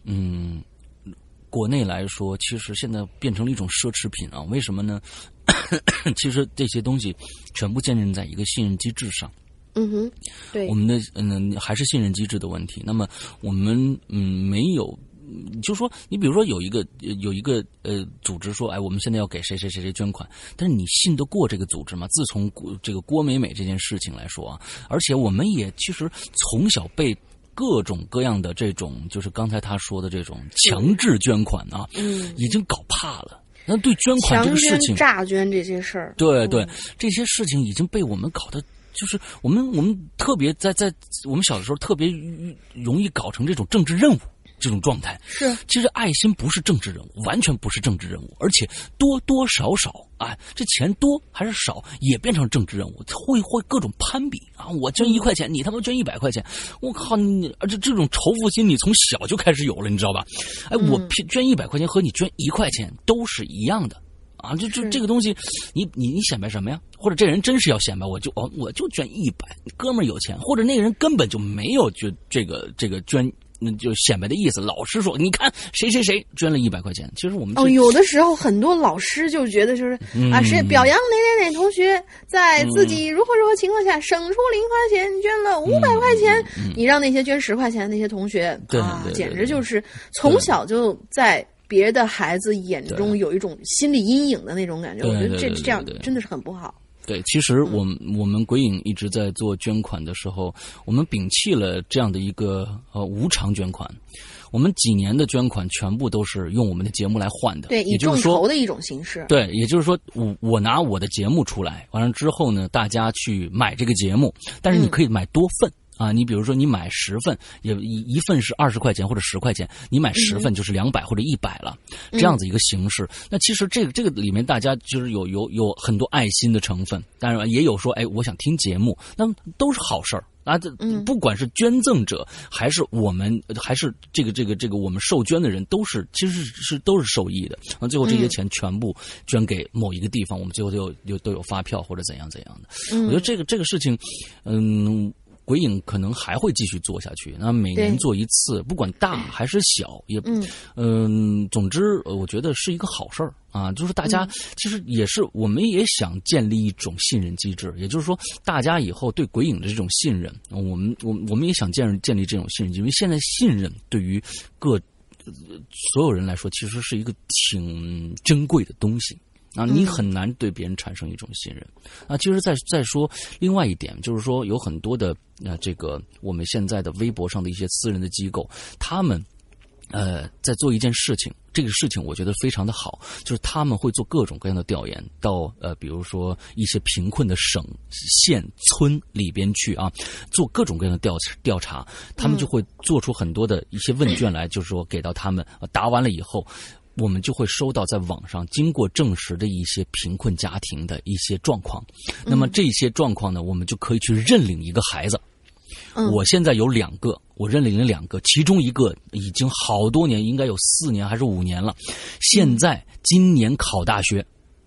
国内来说，其实现在变成了一种奢侈品啊。为什么呢？其实这些东西全部建立在一个信任机制上。 对， 我们的还是信任机制的问题。那么我们没有，就说你比如说有一个组织说，哎，我们现在要给谁捐款，但是你信得过这个组织吗？自从这个郭美美这件事情来说啊，而且我们也其实从小被各种各样的这种，就是刚才他说的这种强制捐款啊，已经搞怕了。那对捐款这个事情， 诈捐这些事儿， 对，这些事情已经被我们搞得。就是我们特别在我们小的时候特别容易搞成这种政治任务这种状态。 是， 其实爱心不是政治任务，完全不是政治任务，而且多多少少啊，这钱多还是少也变成政治任务，会各种攀比啊！我捐1块钱，你他妈捐100块钱，我靠！而且这种仇富心你从小就开始有了，你知道吧？哎，我捐100块钱和你捐1块钱都是一样的。啊，这个东西，你显摆什么呀？或者这人真是要显摆，我就捐100，哥们儿有钱，或者那个人根本就没有这个捐，就显摆的意思。老师说，你看谁捐了100块钱，其实我们有的时候很多老师就觉得就是是表扬哪同学在自己如何情况下省出0块钱捐了500块钱，你让那些捐10块钱的那些同学对简直就是从小就在别的孩子眼中有一种心理阴影的那种感觉。我觉得这样真的是很不好。 对，其实我们鬼影一直在做捐款的时候，我们摒弃了这样的一个无偿捐款。我们几年的捐款全部都是用我们的节目来换的， 对，以众筹的一种形式。 对，也就是说，我拿我的节目出来，完了之后呢，大家去买这个节目，但是你可以买多份。啊，你比如说你买10份，也一份是20块钱或者10块钱，你买10份就是200或者100了，这样子一个形式。那其实这个里面大家就是有很多爱心的成分，当然也有说，哎，我想听节目，那都是好事儿啊。不管是捐赠者还是我们，还是这个我们受捐的人，其实都是受益的。那最后这些钱全部捐给某一个地方，我们最后都有发票或者怎样的。我觉得这个事情，鬼影可能还会继续做下去，那每年做一次，不管大还是小，也总之我觉得是一个好事儿啊。就是大家其实也是，我们也想建立一种信任机制，也就是说，大家以后对鬼影的这种信任，我们也想建立这种信任，因为现在信任对于所有人来说，其实是一个挺珍贵的东西。啊，你很难对别人产生一种信任。啊，其实再说另外一点，就是说有很多的这个我们现在的微博上的一些私人的机构，他们在做一件事情，这个事情我觉得非常的好，就是他们会做各种各样的调研，到比如说一些贫困的省、县、村里边去啊，做各种各样的调查，他们就会做出很多的一些问卷来，就是说给到他们，答完了以后。我们就会收到在网上经过证实的一些贫困家庭的一些状况，那么这些状况呢，我们就可以去认领一个孩子。我现在有2个，我认领了2个，其中一个已经好多年，应该有4年还是5年了。现在今年考大学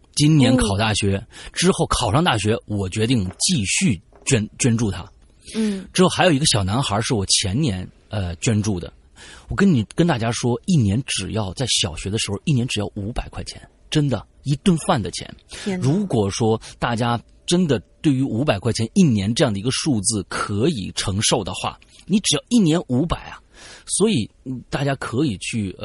之后考上大学，我决定继续捐助他。之后还有一个小男孩是我前年捐助的。我跟大家说，一年只要在小学的时候，1年只要500块钱，真的一顿饭的钱。如果说大家真的对于500块钱1年这样的一个数字可以承受的话，你只要1年500啊，所以大家可以去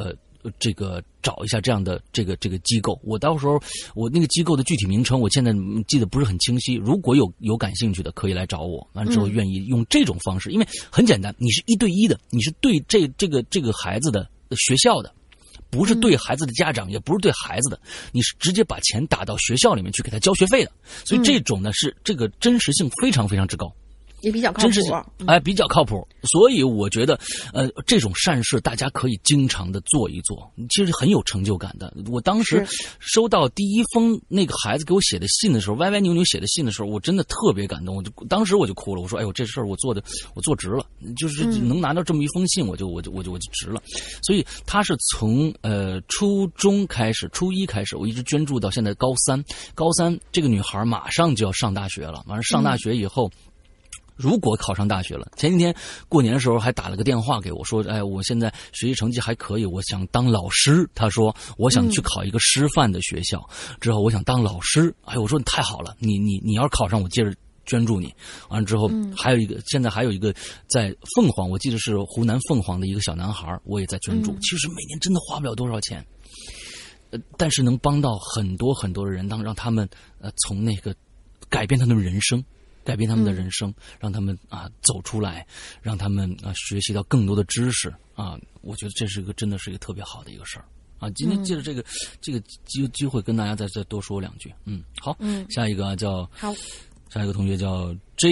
这个找一下这样的这个机构。我到时候我那个机构的具体名称我现在记得不是很清晰，如果有感兴趣的可以来找我，完了之后愿意用这种方式，因为很简单，你是1对1的，你是对这个孩子的学校的，不是对孩子的家长，也不是对孩子的，你是直接把钱打到学校里面去给他交学费的，所以这种呢是这个真实性非常非常之高。 也比较靠谱， 比较靠谱。所以我觉得，这种善事大家可以经常的做一做，其实很有成就感的。我当时收到第一封那个孩子给我写的信的时候，歪歪扭扭写的信的时候，我真的特别感动。当时我就哭了，我说：“哎呦，这事儿我做值了，就是能拿到这么一封信，我就值了。”所以他是从初中开始，初1开始，我一直捐助到现在高三。高三这个女孩马上就要上大学了，完了上大学以后。如果考上大学了，前几天过年的时候还打了个电话给我说，哎，我现在学习成绩还可以，我想当老师。他说我想去考一个师范的学校，之后我想当老师。哎，我说你太好了，你要是考上，我接着捐助你。完了之后，现在还有一个在凤凰，我记得是湖南凤凰的一个小男孩，我也在捐助。其实每年真的花不了多少钱，但是能帮到很多很多的人，让他们从那个改变他们的人生。改变他们的人生，让他们走出来，让他们学习到更多的知识啊！我觉得这是真的是一个特别好的一个事儿啊！今天借着这个机会跟大家再多说2句。好，下一个下一个同学叫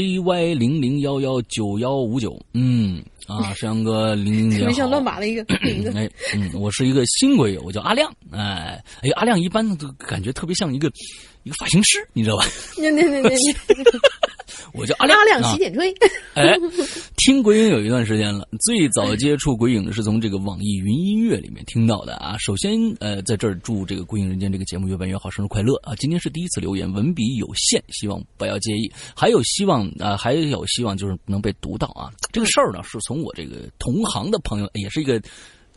JY00119159。山羊哥00姐好， 特别像乱码的一个名字。 我是一个新鬼友，我叫阿亮。阿亮一般都感觉特别像一个发型师，你知道吧？我叫阿亮， 阿亮洗剪吹。 听鬼影有一段时间了，最早接触鬼影是从这个网易云音乐里面听到的啊。首先在这儿祝这个鬼影人间这个节目越办越好，生日快乐啊！今天是第一次留言，文笔有限，希望不要介意。还有希望就是能被读到啊。这个事儿呢是从我这个同行的朋友，也是一个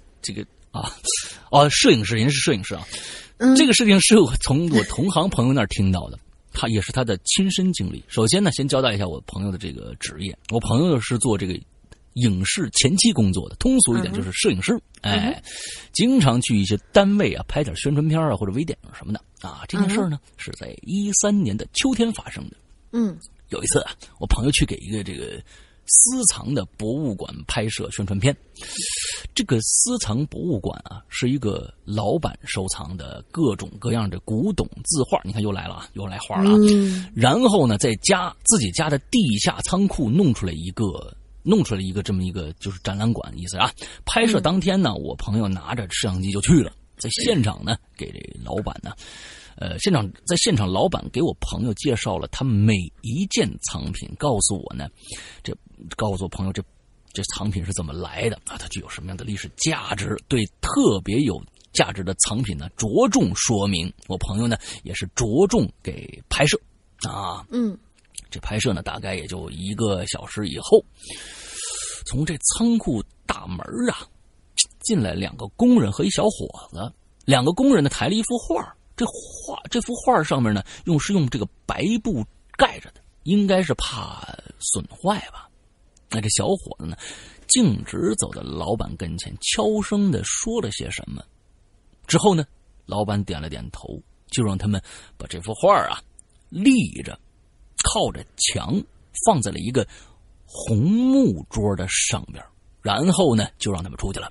摄影师，人家是摄影师啊。这个事情是我从我同行朋友那儿听到的。他也是他的亲身经历。首先呢，先交代一下我朋友的这个职业。我朋友是做这个影视前期工作的，通俗一点就是摄影师。经常去一些单位拍点宣传片或者微电影什么的啊。这件事呢是在13年的秋天发生的。有一次我朋友去给一个这个私藏的博物馆拍摄宣传片。这个私藏博物馆是一个老板收藏的各种各样的古董字画，你看又来画了然后呢在自己家的地下仓库弄出来一个这么一个就是展览馆意思啊。拍摄当天呢，我朋友拿着摄像机就去了，在现场呢给这老板呢在现场老板给我朋友介绍了他每一件藏品，告诉我朋友这藏品是怎么来的啊？它具有什么样的历史价值？对特别有价值的藏品呢，着重说明。我朋友呢也是着重给拍摄啊。这拍摄呢大概也就1个小时以后，从这仓库大门进来2个工人和一小伙子。2个工人呢抬了一幅画，这幅画上面呢用这个白布盖着的，应该是怕损坏吧。那这小伙子呢径直走到老板跟前，悄声地说了些什么。之后呢老板点了点头，就让他们把这幅画立着靠着墙放在了一个红木桌的上边，然后呢就让他们出去了。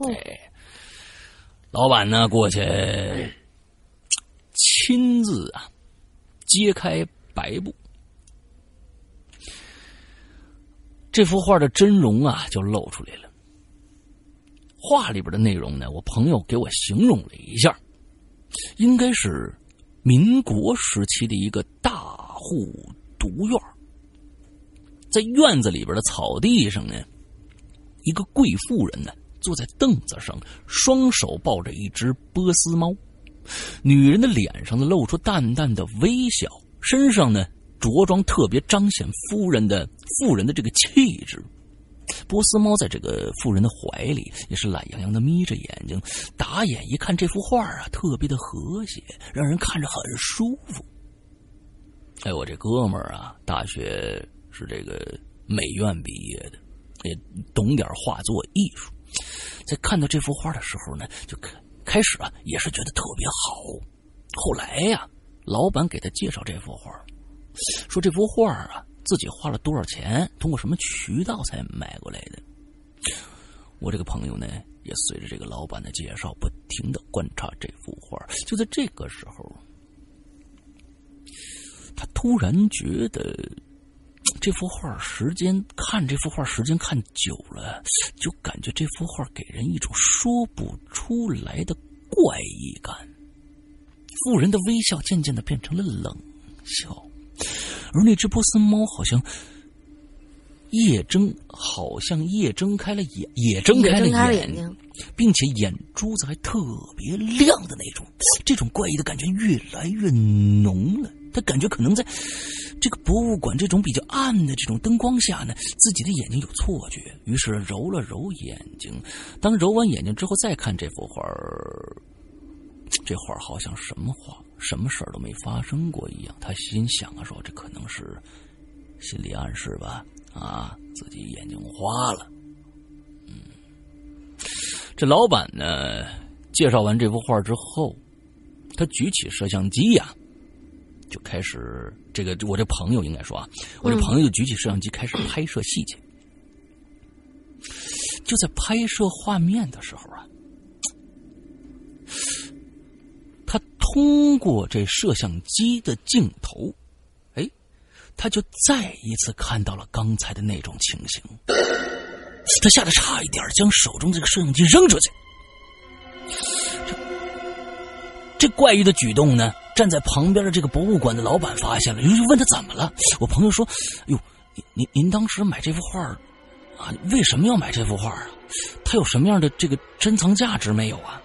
老板呢过去亲自揭开白布，这幅画的真容就露出来了。画里边的内容呢，我朋友给我形容了一下，应该是民国时期的一个大户独院。在院子里边的草地上呢，一个贵妇人呢坐在凳子上，双手抱着一只波斯猫。女人的脸上呢露出淡淡的微笑，身上呢着装特别彰显妇人的这个气质。波斯猫在这个妇人的怀里也是懒洋洋的眯着眼睛，打眼一看这幅画特别的和谐，让人看着很舒服。我这哥们儿大学是这个美院毕业的，也懂点画作艺术。 在看到这幅画的时候呢，就开始啊也是觉得特别好。后来呀，老板给他介绍这幅画，说这幅画啊自己花了多少钱，通过什么渠道才买过来的。我这个朋友呢，也随着这个老板的介绍，不停地观察这幅画。就在这个时候，他突然觉得这幅画看久了，就感觉这幅画给人一种说不出来的怪异感。妇人的微笑渐渐地变成了冷笑，而那只波斯猫好像夜睁开了眼睛，并且眼珠子还特别亮的那种。这种怪异的感觉越来越浓了。他感觉可能在这个博物馆这种比较暗的这种灯光下呢，自己的眼睛有错觉，于是揉了揉眼睛。当揉完眼睛之后再看这幅画，这画好像什么事儿都没发生过一样。他心想啊，说这可能是心理暗示吧，自己眼睛花了。这老板呢，介绍完这幅画之后，他举起摄像机呀，就开始我这朋友应该说啊，我这朋友就举起摄像机开始拍摄细节。就在拍摄画面的时候啊，他通过这摄像机的镜头，他就再一次看到了刚才的那种情形。他吓得差一点将手中这个摄像机扔出去。这怪异的举动呢，站在旁边的这个博物馆的老板发现了，就问他怎么了。我朋友说：“哟，您当时买这幅画啊，为什么要买这幅画啊？它有什么样的这个珍藏价值没有啊？”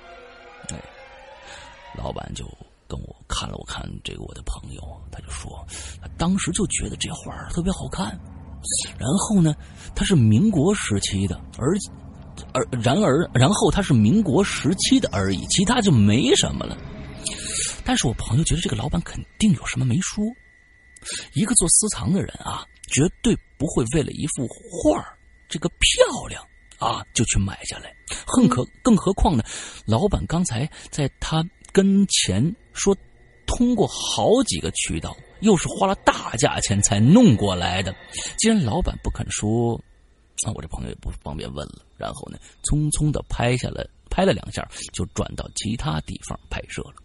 老板就跟我看这个我的朋友，他就说，当时就觉得这画特别好看，然后呢，它是民国时期的，然后它是民国时期的而已，其他就没什么了。但是我朋友觉得这个老板肯定有什么没说。一个做私藏的人啊，绝对不会为了一幅画这个漂亮就去买下来。更何况呢，老板刚才在他跟前说通过好几个渠道，又是花了大价钱才弄过来的。既然老板不肯说，我这朋友也不方便问了。然后呢，匆匆的拍了2下，就转到其他地方拍摄了。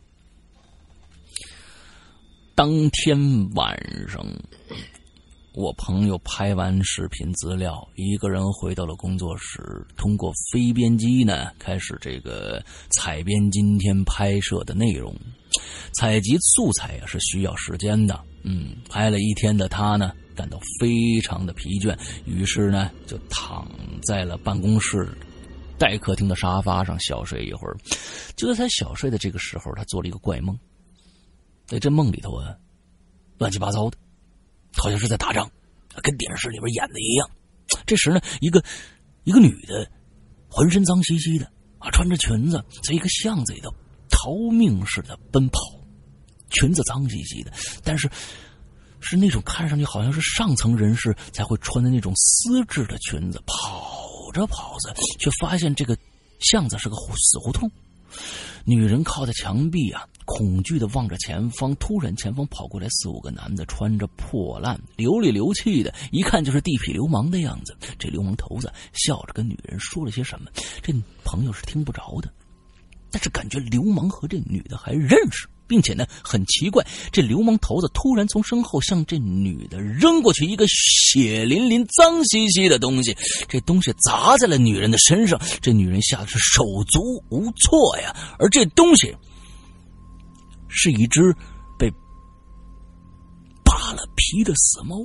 当天晚上，我朋友拍完视频资料，一个人回到了工作室，通过飞编机呢，开始这个采编今天拍摄的内容。采集素材是需要时间的，拍了一天的他呢，感到非常的疲倦，于是呢，就躺在了办公室待客厅的沙发上小睡一会儿。就在他小睡的这个时候，他做了一个怪梦。在这梦里头啊，乱七八糟的，好像是在打仗，跟电视里边演的一样。这时呢，一个女的，浑身脏兮兮的穿着裙子，在一个巷子里头逃命似的奔跑，裙子脏兮兮的，但是是那种看上去好像是上层人士才会穿的那种丝质的裙子。跑着，却发现这个巷子是个死胡同。女人靠在墙壁恐惧地望着前方，突然前方跑过来4、5个男的，穿着破烂，流里流气的，一看就是地痞流氓的样子。这流氓头子笑着跟女人说了些什么，这朋友是听不着的，但是感觉流氓和这女的还认识，并且呢很奇怪，这流氓头子突然从身后向这女的扔过去一个血淋淋脏兮兮的东西，这东西砸在了女人的身上，这女人吓得是手足无措呀。而这东西是一只被扒了皮的死猫。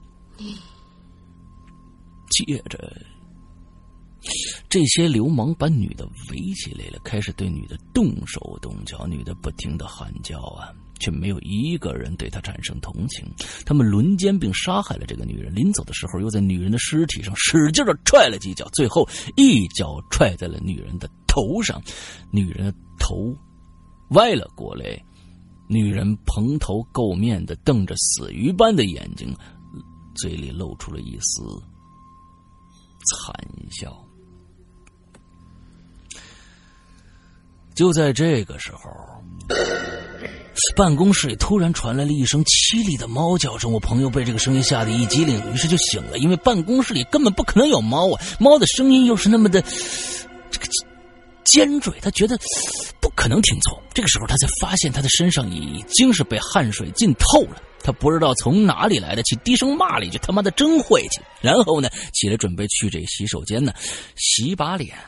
接着这些流氓把女的围起来了，开始对女的动手动脚，女的不停地喊叫却没有一个人对她产生同情。他们轮奸并杀害了这个女人，临走的时候又在女人的尸体上使劲地踹了几脚，最后一脚踹在了女人的头上，女人的头歪了过来，女人蓬头垢面地瞪着死鱼般的眼睛，嘴里露出了一丝惨笑。 就在这个时候，办公室里突然传来了一声凄厉的猫叫声。我朋友被这个声音吓得一激灵，于是就醒了，因为办公室里根本不可能有猫啊，猫的声音又是那么的这个尖锐，他觉得不可能听错。这个时候他才发现他的身上已经是被汗水浸透了，他不知道从哪里来的气，低声骂了一句他妈的真晦气，然后呢起来准备去这洗手间呢洗把脸。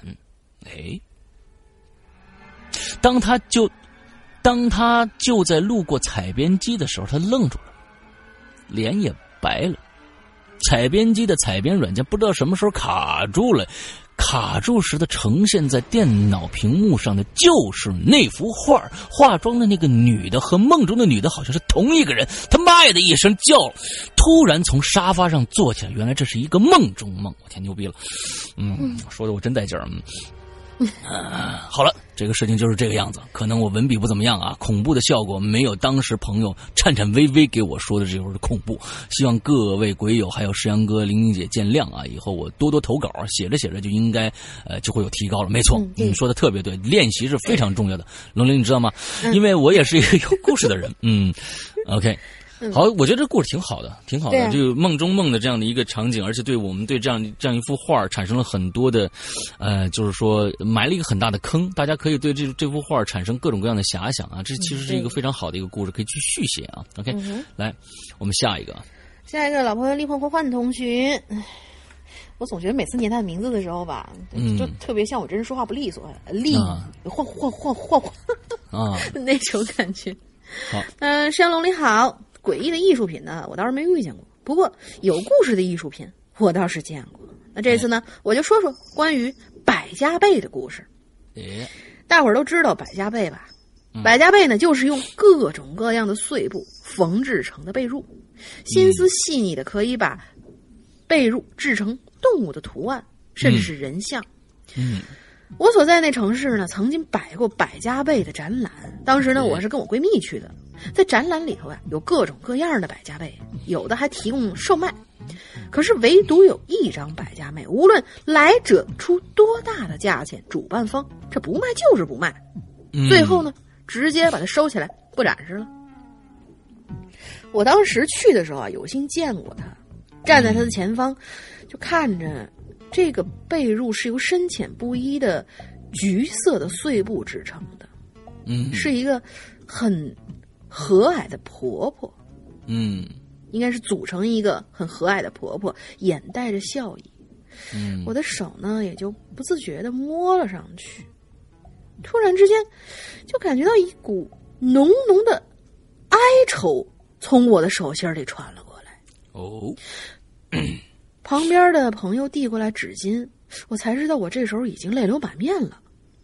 当他就在路过采编机的时候，他愣住了，脸也白了。采编机的采编软件不知道什么时候卡住了，卡住时的呈现在电脑屏幕上的就是那幅画，化妆的那个女的和梦中的女的好像是同一个人。他妈呀的一声叫，突然从沙发上坐起来，原来这是一个梦中梦。我天，牛逼了！说的我真带劲儿。好了，这个事情就是这个样子。可能我文笔不怎么样啊，恐怖的效果没有当时朋友颤颤巍巍给我说的这会儿的恐怖。希望各位鬼友还有石阳哥、玲玲姐见谅啊！以后我多多投稿，写着写着就应该就会有提高了。没错，你说的特别对，练习是非常重要的。龙玲，你知道吗？因为我也是一个有故事的人。OK。好，我觉得这故事挺好的，挺好的。就梦中梦的这样的一个场景，而且对我们对这样一幅画产生了很多的，就是说埋了一个很大的坑。大家可以对这幅画产生各种各样的遐想啊，这其实是一个非常好的一个故事，可以去续写啊。OK，来，我们下一个老朋友力破幻同学。我总觉得每次念他的名字的时候吧，就特别像我这人说话不利索，晃那种感觉。 好， 山龙你好。诡异的艺术品呢，我倒是没遇见过。不过有故事的艺术品，我倒是见过。那这次呢，我就说说关于百家被的故事。大伙儿都知道百家被吧？百家被呢，就是用各种各样的碎布缝制成的被褥，心思细腻的可以把被褥制成动物的图案，甚至是人像。我所在那城市呢，曾经摆过百家被的展览。当时呢，我是跟我闺蜜去的。在展览里头啊，有各种各样的百家被，有的还提供售卖。可是唯独有一张百家被，无论来者出多大的价钱，主办方这不卖就是不卖。最后呢，直接把它收起来，不展示了。我当时去的时候啊，有幸见过他，站在他的前方，就看着这个被褥是由深浅不一的橘色的碎布制成的，是一个很和蔼的婆婆，应该是组成一个很和蔼的婆婆，眼带着笑意。我的手呢也就不自觉地摸了上去，突然之间就感觉到一股浓浓的哀愁从我的手心里传了过来。旁边的朋友递过来纸巾，我才知道我这时候已经泪流满面了。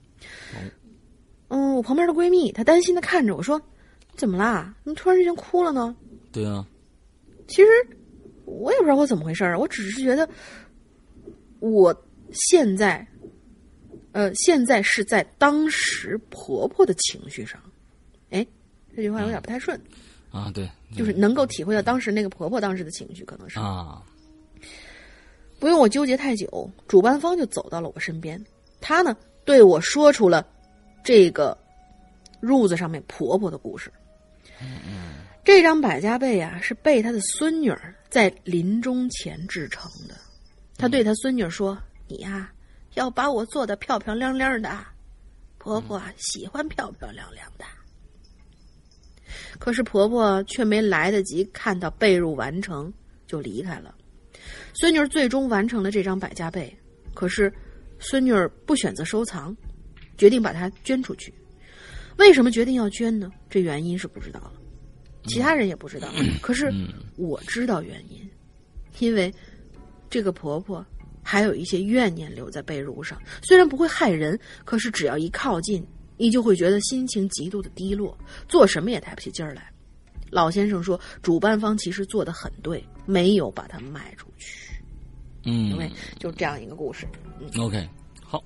我旁边的闺蜜她担心地看着我说，怎么啦？怎么突然之间哭了呢？ 对啊， 其实我也不知道我怎么回事儿，我只是觉得我现在是在当时婆婆的情绪上。这句话有点不太顺啊。对， 就是能够体会到当时那个婆婆当时的情绪，可能是啊。 不用我纠结太久，主办方就走到了我身边，他呢对我说出了这个褥子上面婆婆的故事。这张百家被啊，是被他的孙女儿在临终前制成的。他对他孙女儿说，你呀要把我做得漂漂亮亮的，婆婆喜欢漂漂亮亮的。可是婆婆却没来得及看到被褥完成就离开了。孙女儿最终完成了这张百家被，可是孙女儿不选择收藏，决定把它捐出去。为什么决定要捐呢？这原因是不知道了，其他人也不知道，可是我知道原因。因为这个婆婆还有一些怨念留在被褥上，虽然不会害人，可是只要一靠近，你就会觉得心情极度的低落，做什么也抬不起劲儿来。老先生说，主办方其实做得很对，没有把它卖出去。因为就这样一个故事。 OK， 好。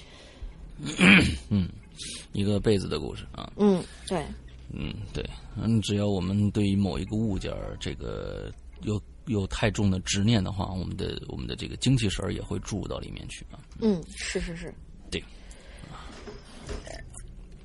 一个被子的故事啊。 对。 对。只要我们对于某一个物件这个有太重的执念的话，我们的这个精气神也会注入到里面去啊。 是。 对。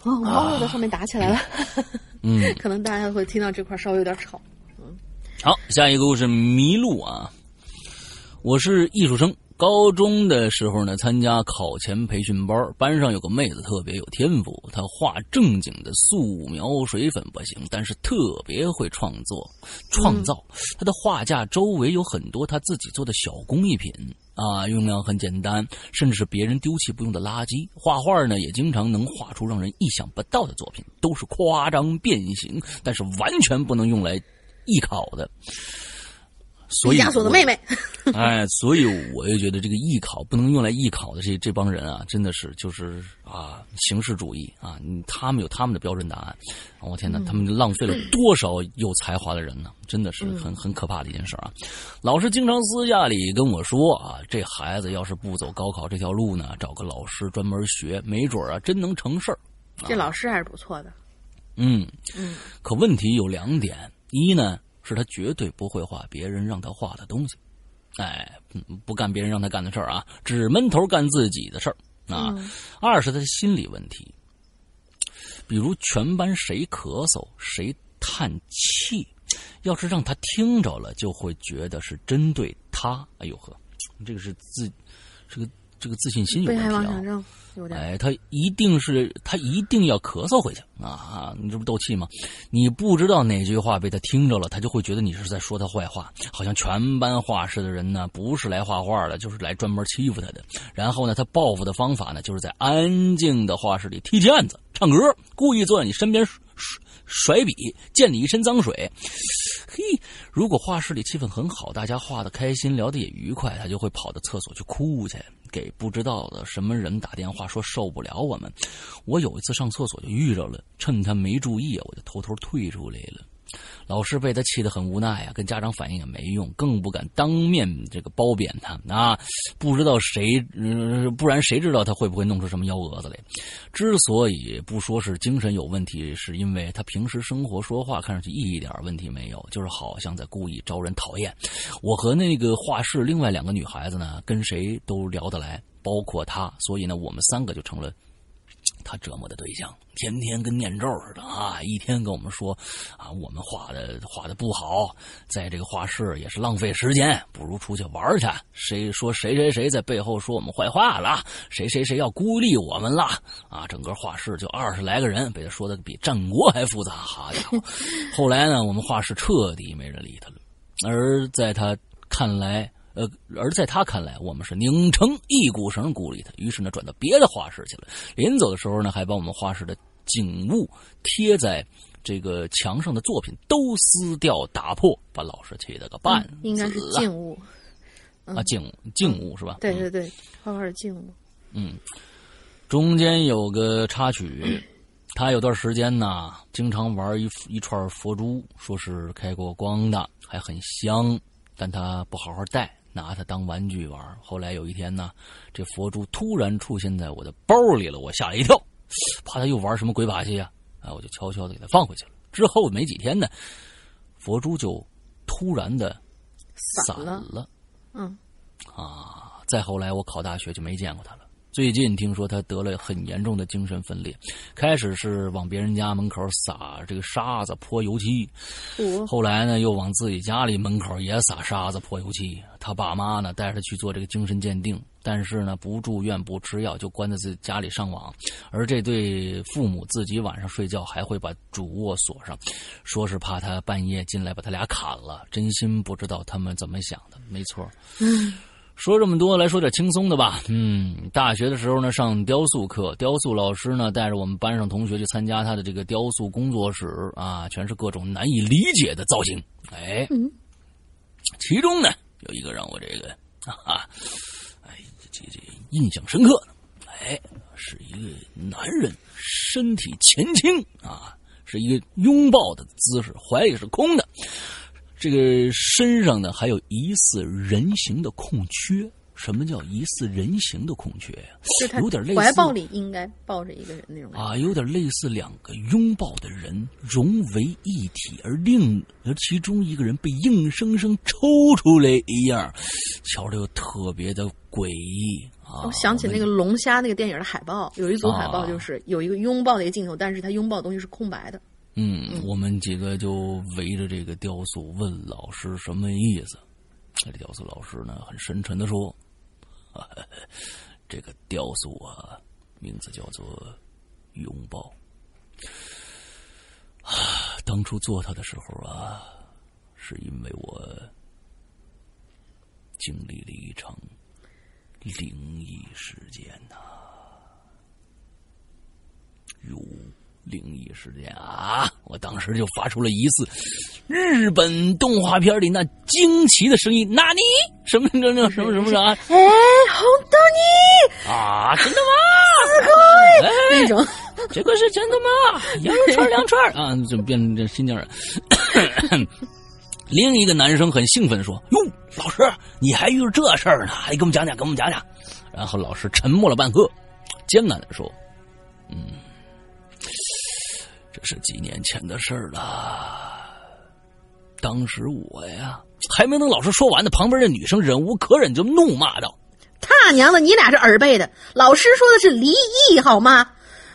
猫又在上面打起来了。可能大家会听到这块稍微有点吵。 好，下一个故事迷路啊。我是艺术生，高中的时候呢，参加考前培训班，班上有个妹子特别有天赋，她画正经的素描水粉不行，但是特别会创造。她的画架周围有很多她自己做的小工艺品啊，用量很简单，甚至是别人丢弃不用的垃圾。画画呢，也经常能画出让人意想不到的作品，都是夸张变形，但是完全不能用来艺考的。所以，毕加索的妹妹， 所以我也觉得这个艺考不能用来艺考的这帮人啊，真的是就是啊，形式主义啊，他们有他们的标准答案。我天哪，他们浪费了多少有才华的人呢？真的是很可怕的一件事啊！老师经常私下里跟我说啊，这孩子要是不走高考这条路呢，找个老师专门学，没准啊真能成事儿。 这老师还是不错的。 可问题有2点，一呢，是他绝对不会画别人让他画的东西，不干别人让他干的事儿啊，只闷头干自己的事儿啊。2是他的心理问题，比如全班谁咳嗽谁叹气，要是让他听着了，就会觉得是针对他。哎呦呵，这个是这个自信心有问题啊！被害妄想症有点。他一定要咳嗽回去啊！你这不斗气吗？你不知道哪句话被他听着了，他就会觉得你是在说他坏话，好像全班画室的人呢不是来画画的，就是来专门欺负他的。然后呢，他报复的方法呢，就是在安静的画室里踢毽子、唱歌，故意坐在你身边甩笔，溅你一身脏水。嘿，如果画室里气氛很好，大家画得开心，聊得也愉快，他就会跑到厕所去哭去，给不知道的什么人打电话说受不了我们。我有一次上厕所就遇着了，趁他没注意，我就偷偷退出来了。老师被他气得很无奈啊，跟家长反映也没用，更不敢当面这个褒贬他啊。不知道谁，不然谁知道他会不会弄出什么幺蛾子来？之所以不说是精神有问题，是因为他平时生活说话看上去一点问题没有，就是好像在故意招人讨厌。我和那个画室另外2个女孩子呢，跟谁都聊得来，包括他，所以呢，我们3个就成了他折磨的对象，天天跟念咒似的啊！一天跟我们说啊，我们画的不好，在这个画室也是浪费时间，不如出去玩去。谁说谁在背后说我们坏话了，谁要孤立我们了啊！整个画室就20来个人，被他说的比战国还复杂。好家伙！后来呢，我们画室彻底没人理他了，而在他看来，我们是拧成一股绳孤立他，于是呢，转到别的画室去了。临走的时候呢，还把我们画室的景物贴在这个墙上的作品都撕掉打破，把老师气得个半死了。 应该是静物啊，静物是吧？ 对，画画是静物。 中间有个插曲，他有段时间呢，经常玩一串佛珠，说是开过光的，还很香，但他不好好戴，拿它当玩具玩。后来有一天呢，这佛珠突然出现在我的包里了，我吓了一跳，怕他又玩什么鬼把戏啊！我就悄悄的给他放回去了。之后没几天呢，佛珠就突然的散了。再后来我考大学就没见过他了。最近听说他得了很严重的精神分裂，开始是往别人家门口撒这个沙子泼油漆，后来呢又往自己家里门口也撒沙子泼油漆。他爸妈呢带着去做这个精神鉴定，但是呢不住院不吃药，就关在自己家里上网。而这对父母自己晚上睡觉还会把主卧锁上，说是怕他半夜进来把他俩砍了。真心不知道他们怎么想的。没错。说这么多，来说点轻松的吧。大学的时候呢，上雕塑课，雕塑老师呢带着我们班上同学去参加他的这个雕塑工作室啊，全是各种难以理解的造型。其中呢有一个让我这印象深刻的，是一个男人身体前倾啊，是一个拥抱的姿势，怀里是空的。这个身上呢还有疑似人形的空缺。什么叫疑似人形的空缺呀？有点类似怀抱里应该抱着一个人那种啊，有点类似2个拥抱的人融为一体，而其中一个人被硬生生抽出来一样，瞧着又特别的诡异我想起那个龙虾那个电影的海报，有一组海报就是有一个拥抱的一个镜头，但是他拥抱的东西是空白的。 我们几个就围着这个雕塑问老师什么意思。这雕塑老师呢很深沉地说，这个雕塑啊名字叫做拥抱。当初做它的时候啊，是因为我经历了一场灵异事件呐。灵异事件啊！我当时就发出了疑似日本动画片里那惊奇的声音，纳尼？什么啊？ 哎，红豆泥啊！真的吗？ 那种， 这个是真的吗？两串啊！就变成这新疆人。另一个男生很兴奋说：“哟，老师，你还遇着这事儿呢？还给我们讲讲。”然后老师沉默了半刻，艰难地说：“这是几年前的事儿了。当时我呀，还没等老师说完呢，旁边的女生忍无可忍就怒骂道：‘ 他娘的，你俩是耳背的！老师说的是离异，好吗？’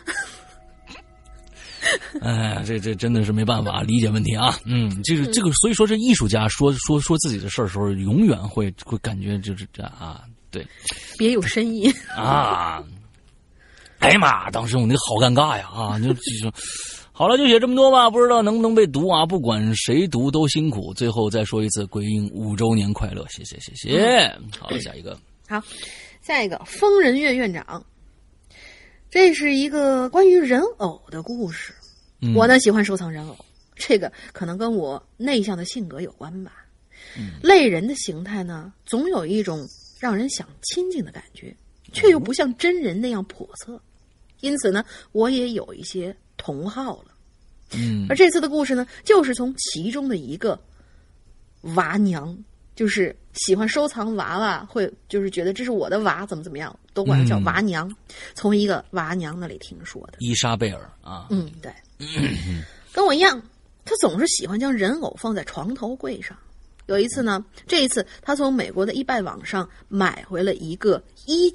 哎，这真的是没办法理解问题啊。这个，所以说这艺术家说自己的事儿的时候，永远会感觉就是这啊，对， 别有深意啊。哎呀妈，当时我那个好尴尬呀啊！就好了，就写这么多吧，不知道能不能被读啊？不管谁读都辛苦。最后再说一次，鬼影5周年快乐，谢谢。好了，下一个。 好，下一个疯人院院长，这是一个关于人偶的故事。我呢喜欢收藏人偶，这个可能跟我内向的性格有关吧。类人的形态呢，总有一种让人想亲近的感觉，却又不像真人那样叵测。因此呢，我也有一些同好了。而这次的故事呢，就是从其中的一个娃娘，就是喜欢收藏娃娃，会就是觉得这是我的娃，怎么样，都管它叫娃娘。从一个娃娘那里听说的。 伊莎贝尔啊， 对，跟我一样，他总是喜欢将人偶放在床头柜上。有一次呢，这一次他从美国的eBay网上买回了一个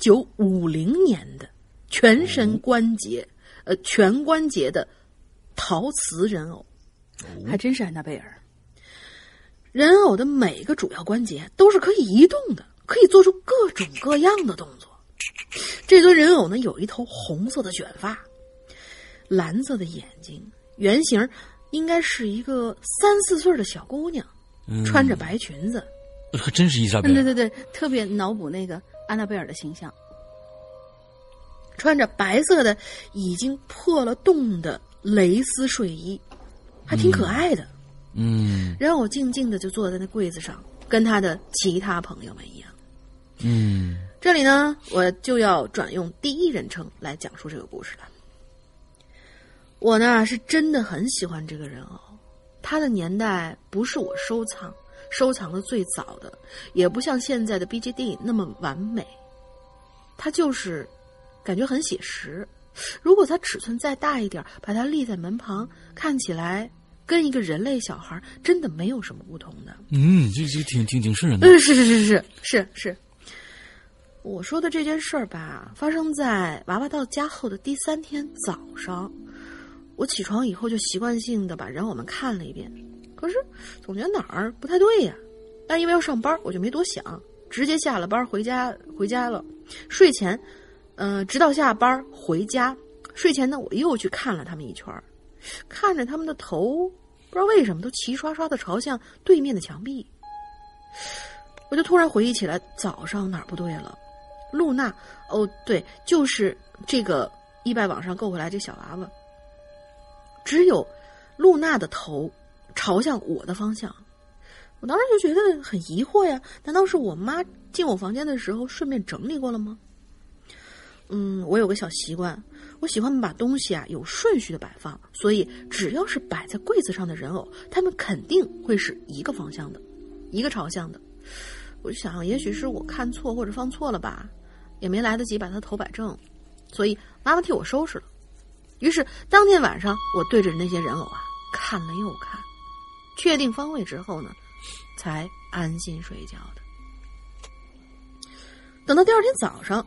1950年的全关节的陶瓷人偶，还真是安娜贝尔。人偶的每个主要关节都是可以移动的，可以做出各种各样的动作。这尊人偶呢，有一头红色的卷发，蓝色的眼睛，原型应该是一个3、4岁的小姑娘，穿着白裙子。 真是伊莎贝尔。 对，特别脑补那个安娜贝尔的形象。穿着白色的已经破了洞的蕾丝睡衣，还挺可爱的。人偶静静的就坐在那柜子上，跟他的其他朋友们一样。这里呢，我就要转用第一人称来讲述这个故事了。我呢是真的很喜欢这个人偶，他的年代不是我收藏的最早的，也不像现在的 BGD 那么完美，他就是感觉很写实。如果它尺寸再大一点，把它立在门旁，看起来跟一个人类小孩真的没有什么不同的。 这挺瘆人的。 是。我说的这件事儿吧，发生在娃娃到家后的第3天早上。我起床以后就习惯性的把人偶们看了一遍，可是总觉得哪儿不太对呀。但因为要上班，我就没多想，直接下了班回家了。睡前直到下班回家，睡前呢，我又去看了他们一圈，看着他们的头，不知道为什么都齐刷刷的朝向对面的墙壁。我就突然回忆起来，早上哪儿不对了。露娜，对，就是这个eBay网上购回来这小娃娃，只有露娜的头朝向我的方向。我当时就觉得很疑惑呀，难道是我妈进我房间的时候顺便整理过了吗？我有个小习惯，我喜欢把东西有顺序的摆放，所以只要是摆在柜子上的人偶，它们肯定会是一个方向的，一个朝向的。我就想，也许是我看错或者放错了吧，也没来得及把它头摆正，所以妈妈替我收拾了。于是当天晚上，我对着那些人偶看了又看，确定方位之后呢，才安心睡觉的。等到第2天早上，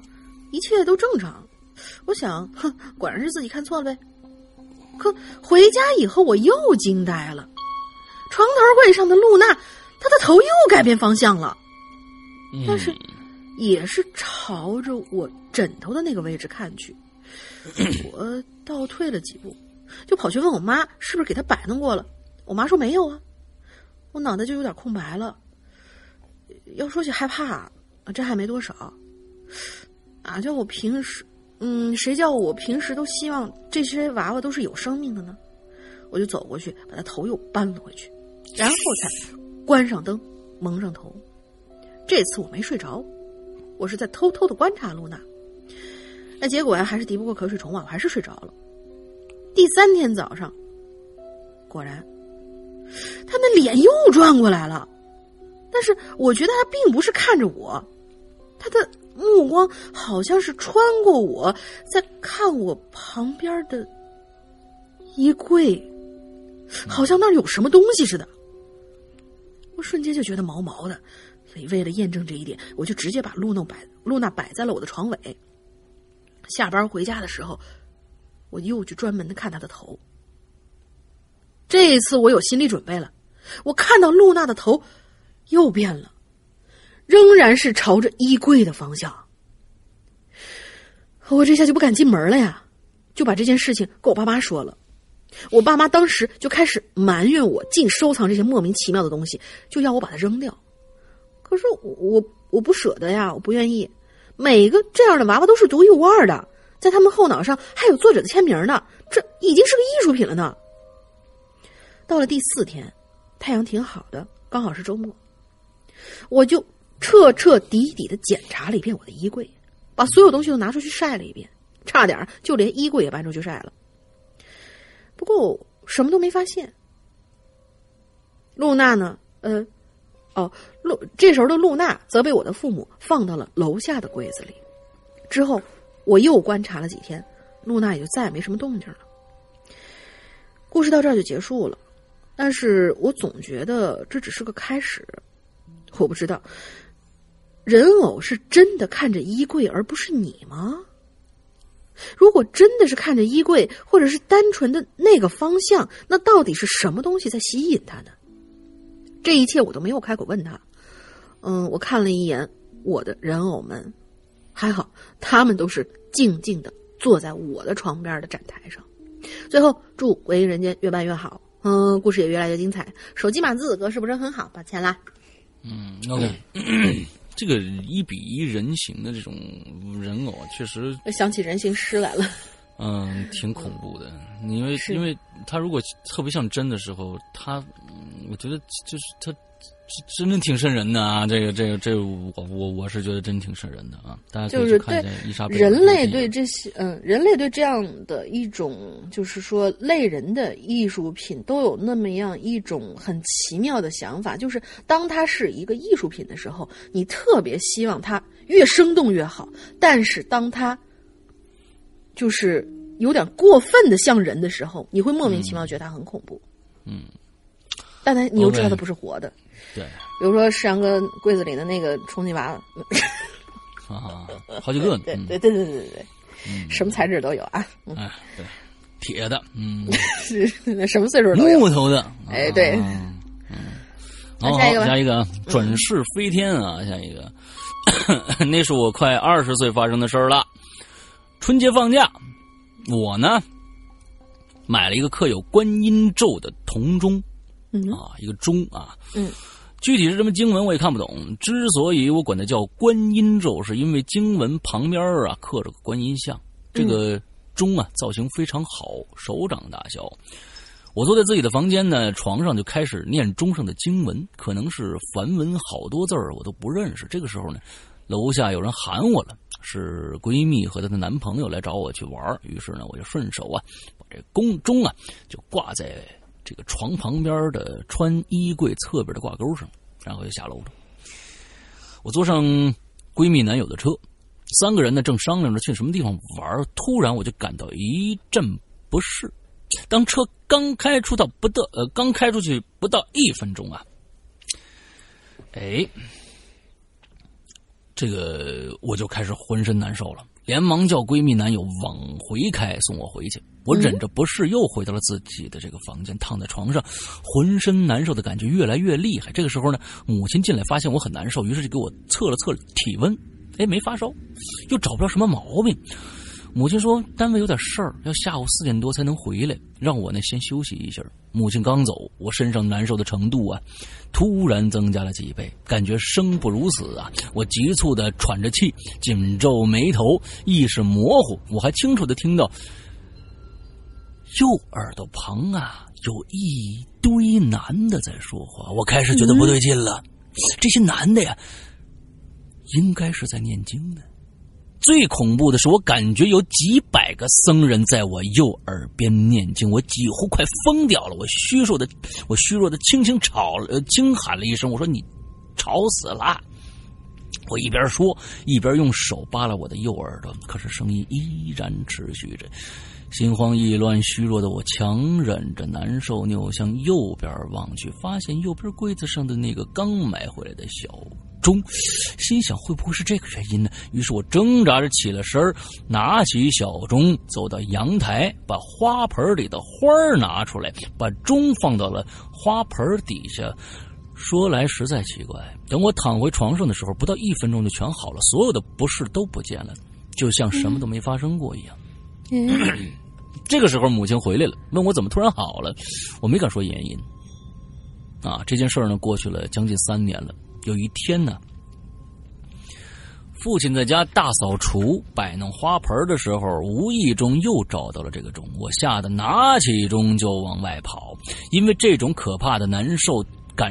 一切都正常。我想，果然是自己看错了呗。可回家以后，我又惊呆了，床头柜上的露娜，她的头又改变方向了，但是也是朝着我枕头的那个位置看去。我倒退了几步，就跑去问我妈是不是给她摆弄过了。我妈说没有啊。我脑袋就有点空白了。要说起害怕，这还没多少。叫我平时，谁叫我平时都希望这些娃娃都是有生命的呢？我就走过去，把他头又搬了回去，然后才关上灯，蒙上头。这次我没睡着，我是在偷偷的观察露娜。那结果还是敌不过瞌睡虫啊，我还是睡着了。第3天早上，果然，他的脸又转过来了，但是我觉得他并不是看着我，他的目光好像是穿过我，在看我旁边的衣柜，好像那儿有什么东西似的。我瞬间就觉得毛毛的，所以为了验证这一点，我就直接把露娜摆在了我的床尾。下班回家的时候，我又去专门的看她的头。这一次我有心理准备了，我看到露娜的头又变了，仍然是朝着衣柜的方向。我这下就不敢进门了呀，就把这件事情跟我爸妈说了。我爸妈当时就开始埋怨我净收藏这些莫名其妙的东西，就要我把它扔掉。可是我不舍得呀，我不愿意。每个这样的娃娃都是独一无二的，在他们后脑上还有作者的签名呢，这已经是个艺术品了呢。到了第4天，太阳挺好的，刚好是周末，我就彻彻底底的检查了一遍我的衣柜，把所有东西都拿出去晒了一遍，差点就连衣柜也搬出去晒了。不过什么都没发现。露娜呢？这时候的露娜则被我的父母放到了楼下的柜子里。之后我又观察了几天，露娜也就再也没什么动静了。故事到这儿就结束了，但是我总觉得这只是个开始。我不知道，人偶是真的看着衣柜而不是你吗？如果真的是看着衣柜，或者是单纯的那个方向，那到底是什么东西在吸引他呢？这一切我都没有开口问他。我看了一眼我的人偶们，还好他们都是静静的坐在我的床边的展台上。最后祝《鬼影人间》越办越好，故事也越来越精彩。手机码字格式不是很好，抱歉啦。 OK 这个1比1人形的这种人偶确实想起人形尸来了。 挺恐怖的，因为他如果特别像真的时候，我觉得就是他真的挺瘆人的啊！这我是觉得真挺瘆人的啊！大家可以去看一下伊莎贝尔。 人类对这些人类对这样的一种就是说类人的艺术品都有那么样一种很奇妙的想法，就是当它是一个艺术品的时候，你特别希望它越生动越好，但是当它就是有点过分的像人的时候，你会莫名其妙觉得它很恐怖。但你又知道它不是活的。 对， 比如说石阳哥柜子里的那个充气娃娃，好几个呢。 对，什么材质都有啊。 对，铁的， 是什么岁数都有。 木头的， 对。 好，下一个啊，转世飞天啊，下一个，那是我快20岁发生的事儿了。春节放假，我呢买了一个刻有观音咒的铜钟。一个钟啊，具体是什么经文我也看不懂。之所以我管它叫观音咒，是因为经文旁边啊刻着个观音像。这个钟啊造型非常好，手掌大小。我坐在自己的房间呢，床上就开始念钟上的经文，可能是梵文好多字儿我都不认识。这个时候呢，楼下有人喊我了，是闺蜜和她的男朋友来找我去玩，于是呢我就顺手啊把这钟啊就挂在这个床旁边的穿衣柜侧边的挂钩上，然后就下楼了。我坐上闺蜜男友的车，3个人呢正商量着去什么地方玩，突然我就感到一阵不适。当车刚开出去不到1分钟啊，这个我就开始浑身难受了， 连忙叫闺蜜男友往回开，送我回去。我忍着不适，又回到了自己的这个房间，躺在床上，浑身难受的感觉越来越厉害。这个时候呢，母亲进来发现我很难受，于是就给我测了测体温，没发烧，又找不着什么毛病。母亲说单位有点事儿，要下午4点多才能回来，让我呢先休息一下。母亲刚走，我身上难受的程度突然增加了几倍，感觉生不如死啊！我急促的喘着气，紧皱眉头，意识模糊。我还清楚的听到右耳朵旁有一堆男的在说话。我开始觉得不对劲了，这些男的应该是在念经的。最恐怖的是，我感觉有几百个僧人在我右耳边念经，我几乎快疯掉了。我虚弱的轻轻喊了一声，我说你吵死了。我一边说一边用手扒拉我的右耳朵，可是声音依然持续着。心慌意乱虚弱的我强忍着难受，扭向右边望去，发现右边柜子上的那个刚买回来的小钟，心想会不会是这个原因呢？于是我挣扎着起了身，拿起小钟，走到阳台，把花盆里的花拿出来，把钟放到了花盆底下。说来实在奇怪，等我躺回床上的时候，不到1分钟就全好了，所有的不适都不见了，就像什么都没发生过一样。这个时候母亲回来了，问我怎么突然好了，我没敢说原因。这件事呢过去了将近3年了。有一天呢，父亲在家大扫除摆弄花盆的时候，无意中又找到了这个钟，我吓得拿起钟就往外跑，因为这种可怕的难受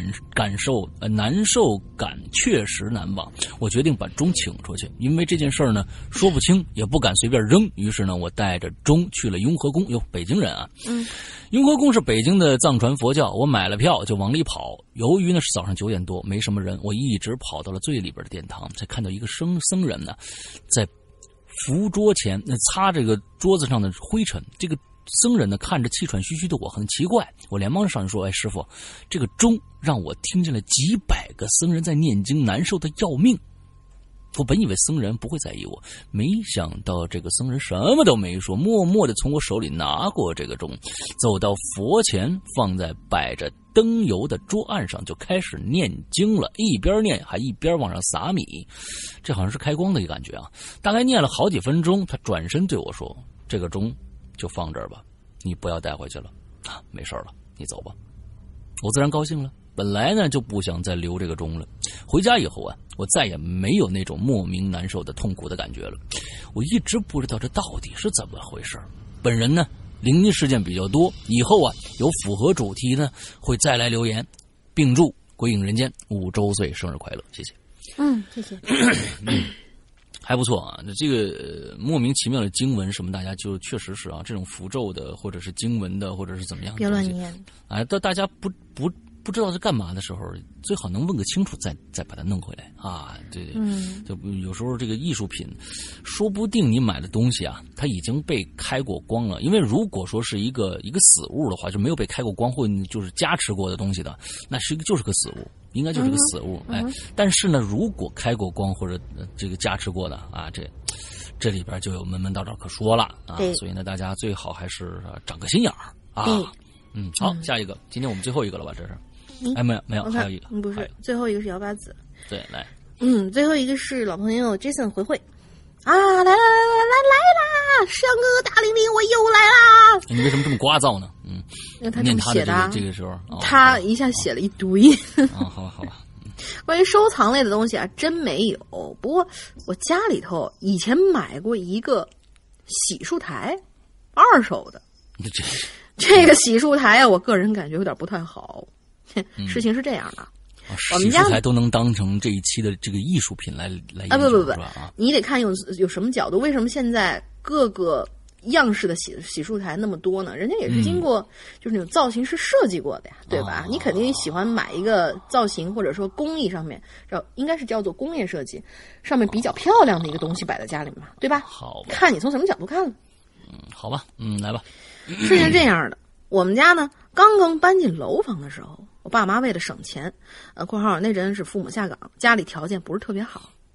感确实难忘。我决定把钟请出去，因为这件事呢说不清，也不敢随便扔。于是呢，我带着钟去了雍和宫。北京人雍和宫是北京的藏传佛教，我买了票就往里跑。由于呢是早上9点多，没什么人，我一直跑到了最里边的殿堂，才看到一个僧人呢在符桌前擦这个桌子上的灰尘。这个僧人呢看着气喘吁吁的我很奇怪，我连忙上去说：师父，这个钟让我听见了几百个僧人在念经，难受的要命。我本以为僧人不会在意我，没想到这个僧人什么都没说，默默地从我手里拿过这个钟，走到佛前，放在摆着灯油的桌案上，就开始念经了，一边念还一边往上撒米，这好像是开光的一个感觉啊。大概念了好几分钟，他转身对我说：这个钟就放这儿吧，你不要带回去了没事了，你走吧。我自然高兴了，本来呢就不想再留这个钟了。回家以后我再也没有那种莫名难受的痛苦的感觉了。我一直不知道这到底是怎么回事。本人呢灵异事件比较多，以后有符合主题呢会再来留言，并祝鬼影人间5周岁生日快乐。谢谢。 谢谢。 还不错这个莫名其妙的经文什么，大家就确实是这种符咒的或者是经文的或者是怎么样的， 别乱念大家不知道是干嘛的时候，最好能问个清楚，再把它弄回来对，就有时候这个艺术品，说不定你买的东西它已经被开过光了。因为如果说是一个死物的话，就没有被开过光或就是加持过的东西的，那就是个死物，应该就是个死物。但是呢，如果开过光或者这个加持过的这里边就有门门道道可说了所以呢，大家最好还是长个心眼儿好，下一个，今天我们最后一个了吧？这是。没有，还有一个， 不是，最后一个是摇把子。 对，来， 最后一个是老朋友 Jason 回会来啦！山哥大玲玲，我又来啦！ 你为什么这么聒噪呢？ 因为他这么写的这个时候， 他一下写了一堆。 好吧。 关于收藏类的东西真没有。不过我家里头以前买过一个洗漱台，2手的。这个洗漱台我个人感觉有点不太好。事情是这样的，我们家洗漱台都能当成这一期的这个艺术品来不，你得看有什么角度。为什么现在各个样式的洗漱台那么多呢？人家也是经过就是那种造型师设计过的呀，对吧？你肯定喜欢买一个造型或者说工艺上面，应该是叫做工业设计，上面比较漂亮的一个东西摆在家里嘛，对吧？ 好吧， 看你从什么角度看了。 好吧，来吧。 事情是这样的，我们家呢刚搬进楼房的时候，我爸妈为了省钱，括号那阵是父母下岗，家里条件不是特别好，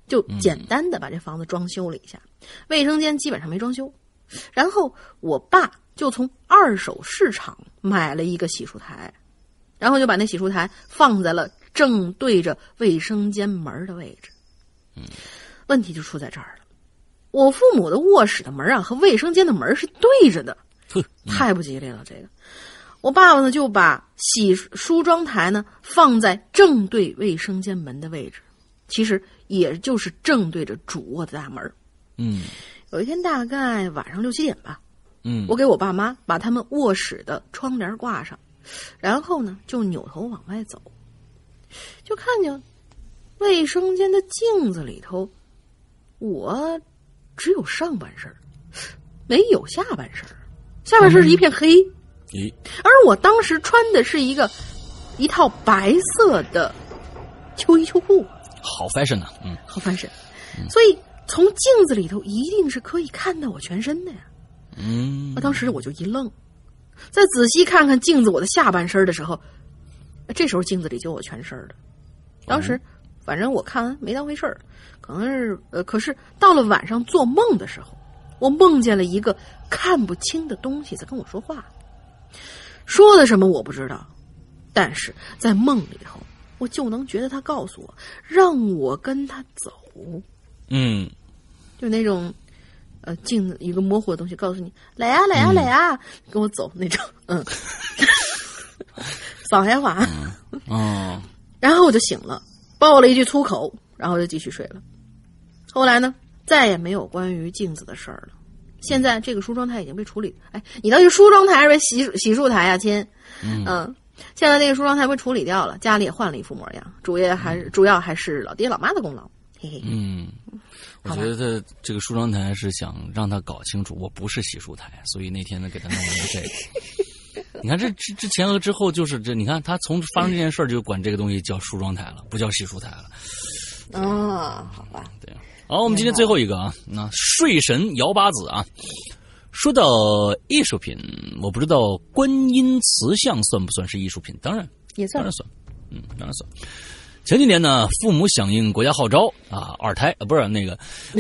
就简单的把这房子装修了一下，卫生间基本上没装修。然后我爸就从二手市场买了一个洗漱台，然后就把那洗漱台放在了正对着卫生间门的位置。问题就出在这儿了，我父母的卧室的门啊和卫生间的门是对着的，太不吉利了。这个我爸爸呢就把梳妆台呢放在正对卫生间门的位置，其实也就是正对着主卧的大门。有一天大概晚上6、7点吧，我给我爸妈把他们卧室的窗帘挂上，然后呢就扭头往外走，就看见卫生间的镜子里头，我只有上半身，没有下半身，下半身是一片黑。而我当时穿的是一套白色的秋衣秋裤， 好 fashion 啊， 好 fashion。所以从镜子里头一定是可以看到我全身的呀。当时我就一愣，再仔细看看镜子我的下半身的时候，这时候镜子里就我全身的。当时反正我看完没当回事儿，可能是可是到了晚上做梦的时候，我梦见了一个看不清的东西在跟我说话，说的什么我不知道，但是在梦里头我就能觉得他告诉我让我跟他走。就那种镜子一个模糊的东西告诉你来呀来呀来呀，跟我走那种。扫黑话。然后我就醒了，爆了一句粗口，然后就继续睡了。后来呢再也没有关于镜子的事儿了。现在这个梳妆台已经被处理，你到底梳妆台还是洗漱台啊亲？现在那个梳妆台被处理掉了，家里也换了一副模样，主要还是老爹老妈的功劳，嘿嘿。 我觉得这个梳妆台是想让他搞清楚我不是洗漱台，所以那天呢给他弄了这个。你看这之前和之后就是这，你看他从发生这件事儿就管这个东西叫梳妆台了，不叫洗漱台了。 好吧。 对。好，我们今天最后一个啊，那睡神摇八子啊。说到艺术品，我不知道观音瓷像算不算是艺术品？当然也算，当然算。当然算。前几年呢，父母响应国家号召啊，二胎不是那个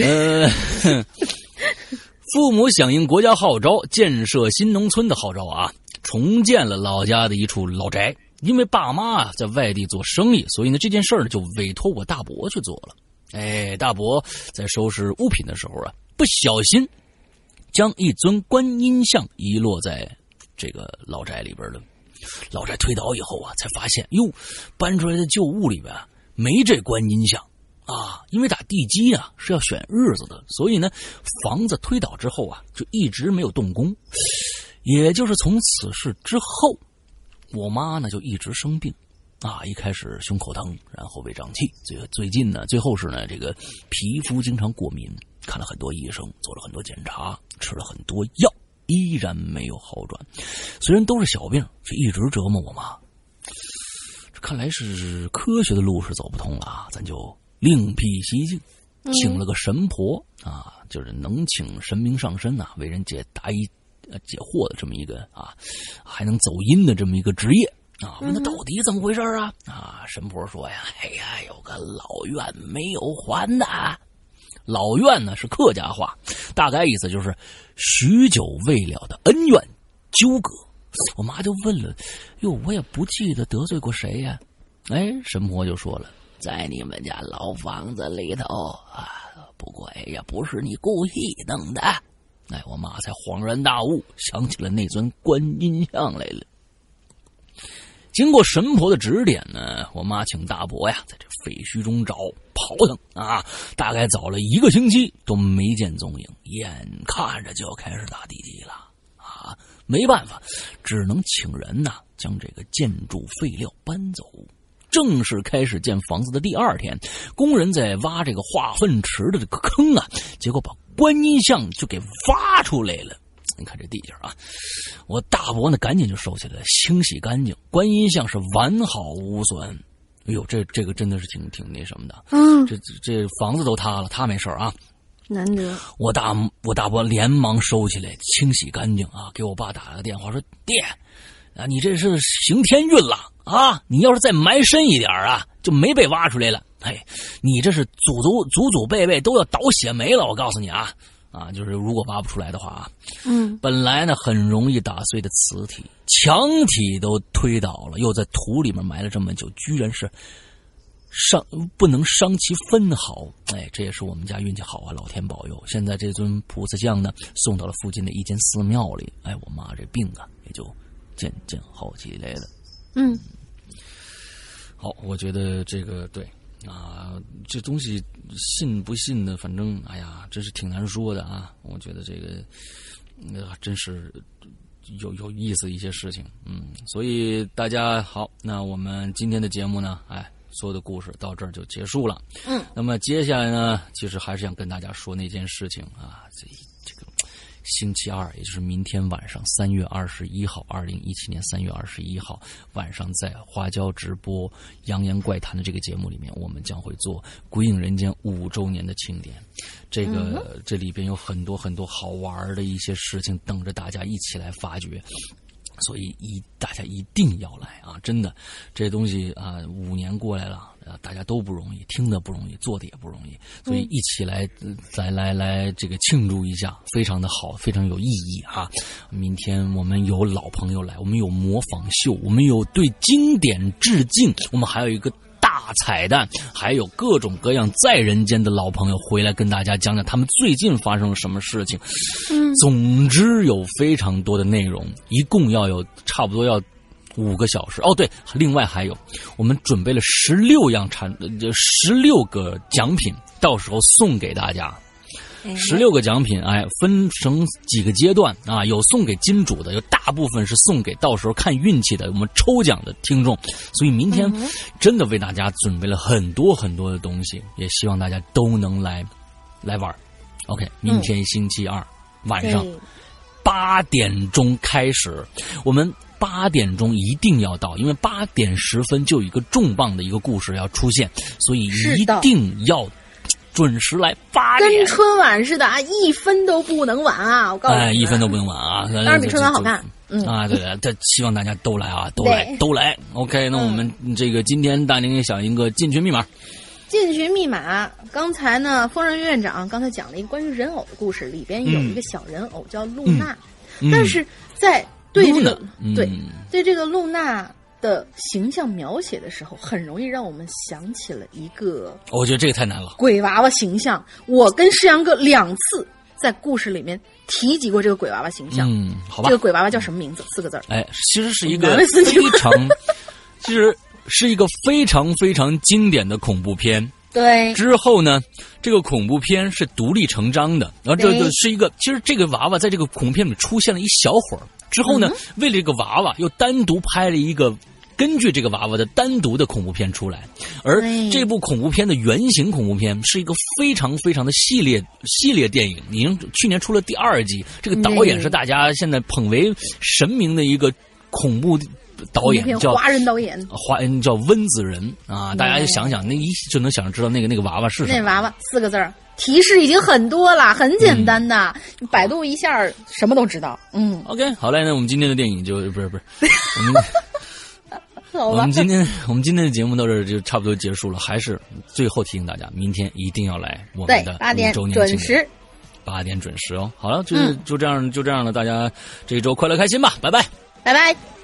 父母响应国家号召，建设新农村的号召啊，重建了老家的一处老宅。因为爸妈啊在外地做生意，所以呢这件事儿呢就委托我大伯去做了。大伯在收拾物品的时候啊，不小心将一尊观音像遗落在这个老宅里边了。老宅推倒以后啊，才发现搬出来的旧物里边没这观音像啊，因为打地基啊是要选日子的，所以呢房子推倒之后啊就一直没有动工。也就是从此事之后，我妈呢就一直生病啊，一开始胸口疼，然后胃胀气，最近呢最后是呢这个皮肤经常过敏，看了很多医生，做了很多检查，吃了很多药，依然没有好转。虽然都是小病，却一直折磨我妈。这看来是科学的路是走不通了，咱就另辟蹊径，请了个神婆啊，就是能请神明上身啊，为人解惑的这么一个啊，还能走阴的这么一个职业啊。问他到底怎么回事啊？神婆说呀，有个老怨没有还的。老怨呢是客家话，大概意思就是许久未了的恩怨纠葛。我妈就问了，我也不记得得罪过谁呀。神婆就说了，在你们家老房子里头啊，不过也不是你故意弄的。我妈才恍然大悟，想起了那尊观音像来了。经过神婆的指点呢，我妈请大伯呀在这废墟中找刨腾啊，大概找了1个星期都没见踪影，眼看着就要开始打地基了啊，没办法，只能请人呐将这个建筑废料搬走。正式开始建房子的第2天，工人在挖这个化粪池的这个坑啊，结果把观音像就给挖出来了。你看这地界啊，我大伯呢赶紧就收起来清洗干净，观音像是完好无损。这个真的是挺那什么的。这房子都塌了，他没事啊。 难得。我大伯连忙收起来清洗干净啊，给我爸打了个电话说，爹啊，你这是行天运了啊，你要是再埋深一点啊，就没被挖出来了嘿，你这是祖祖辈辈都要倒血霉了，我告诉你啊，就是如果挖不出来的话啊，本来呢很容易打碎的瓷体、墙体都推倒了，又在土里面埋了这么久，居然是不能伤其分毫。哎，这也是我们家运气好啊，老天保佑。现在这尊菩萨像呢，送到了附近的一间寺庙里。哎，我妈这病啊，也就渐渐好起来了。好，我觉得这个对这东西信不信的，反正哎呀，真是挺难说的啊。我觉得这个真是有意思一些事情。所以大家好，那我们今天的节目呢，所有的故事到这儿就结束了。那么接下来呢，其实还是想跟大家说那件事情啊，这个星期二，也就是明天晚上3月21号，2017年3月21号晚上，在花椒直播《扬言怪谈》的这个节目里面，我们将会做《鬼影人间》5周年的庆典。这里边有很多很多好玩的一些事情等着大家一起来发掘。所以大家一定要来啊！真的，这东西啊，5年过来了，大家都不容易，听的不容易，做的也不容易，所以一起来这个庆祝一下，非常的好，非常有意义哈。明天我们有老朋友来，我们有模仿秀，我们有对经典致敬，我们还有一个大彩蛋，还有各种各样在人间的老朋友回来跟大家讲讲他们最近发生了什么事情。总之有非常多的内容，一共要有差不多要5个小时。哦，对，另外还有我们准备了16个奖品，到时候送给大家。16个奖品，分成几个阶段啊，有送给金主的，有大部分是送给到时候看运气的我们抽奖的听众。所以明天真的为大家准备了很多很多的东西，也希望大家都能来玩。OK， 明天星期二晚上8点钟开始，我们8点钟一定要到，因为8点10分就有一个重磅的一个故事要出现，所以一定要准时来8点， 跟春晚似的啊，1分都不能晚啊！我告诉你，1 分都不能晚啊！ 当然比春晚好看。 对，希望大家都来啊，都来。OK， 那我们这个今天大宁也想一个进群密码。 进群密码，刚才呢，疯人院长刚才讲了一个关于人偶的故事，里边有一个小人偶叫露娜，但是在对这个对这个露娜的形象描写的时候，很容易让我们想起了一个， 我觉得这个太难了， 鬼娃娃形象。我跟世阳哥2次在故事里面提及过这个鬼娃娃形象。 好吧， 这个鬼娃娃叫什么名字？4个字。 其实是一个非常非常经典的恐怖片。 对， 之后呢，这个恐怖片是独立成章的，然后这是一个，其实这个娃娃在这个恐怖片里出现了一小会儿，之后呢，为了这个娃娃又单独拍了一个根据这个娃娃的单独的恐怖片出来，而这部恐怖片的原型恐怖片是一个非常非常的系列电影，已经去年出了第2季，这个导演是大家现在捧为神明的一个恐怖导演，叫华人导演， 叫温子仁啊！大家想想，那一就能想知道那个娃娃是什么。 那娃娃4个字，提示已经很多了，很简单的，百度一下什么都知道。 OK， 好嘞，那我们今天的电影就不是，我们今天的节目到这儿就差不多结束了，还是最后提醒大家，明天一定要来我们的5周年庆典，8点准时哦。好了，就这样了，大家这一周快乐开心吧，拜拜， 拜拜。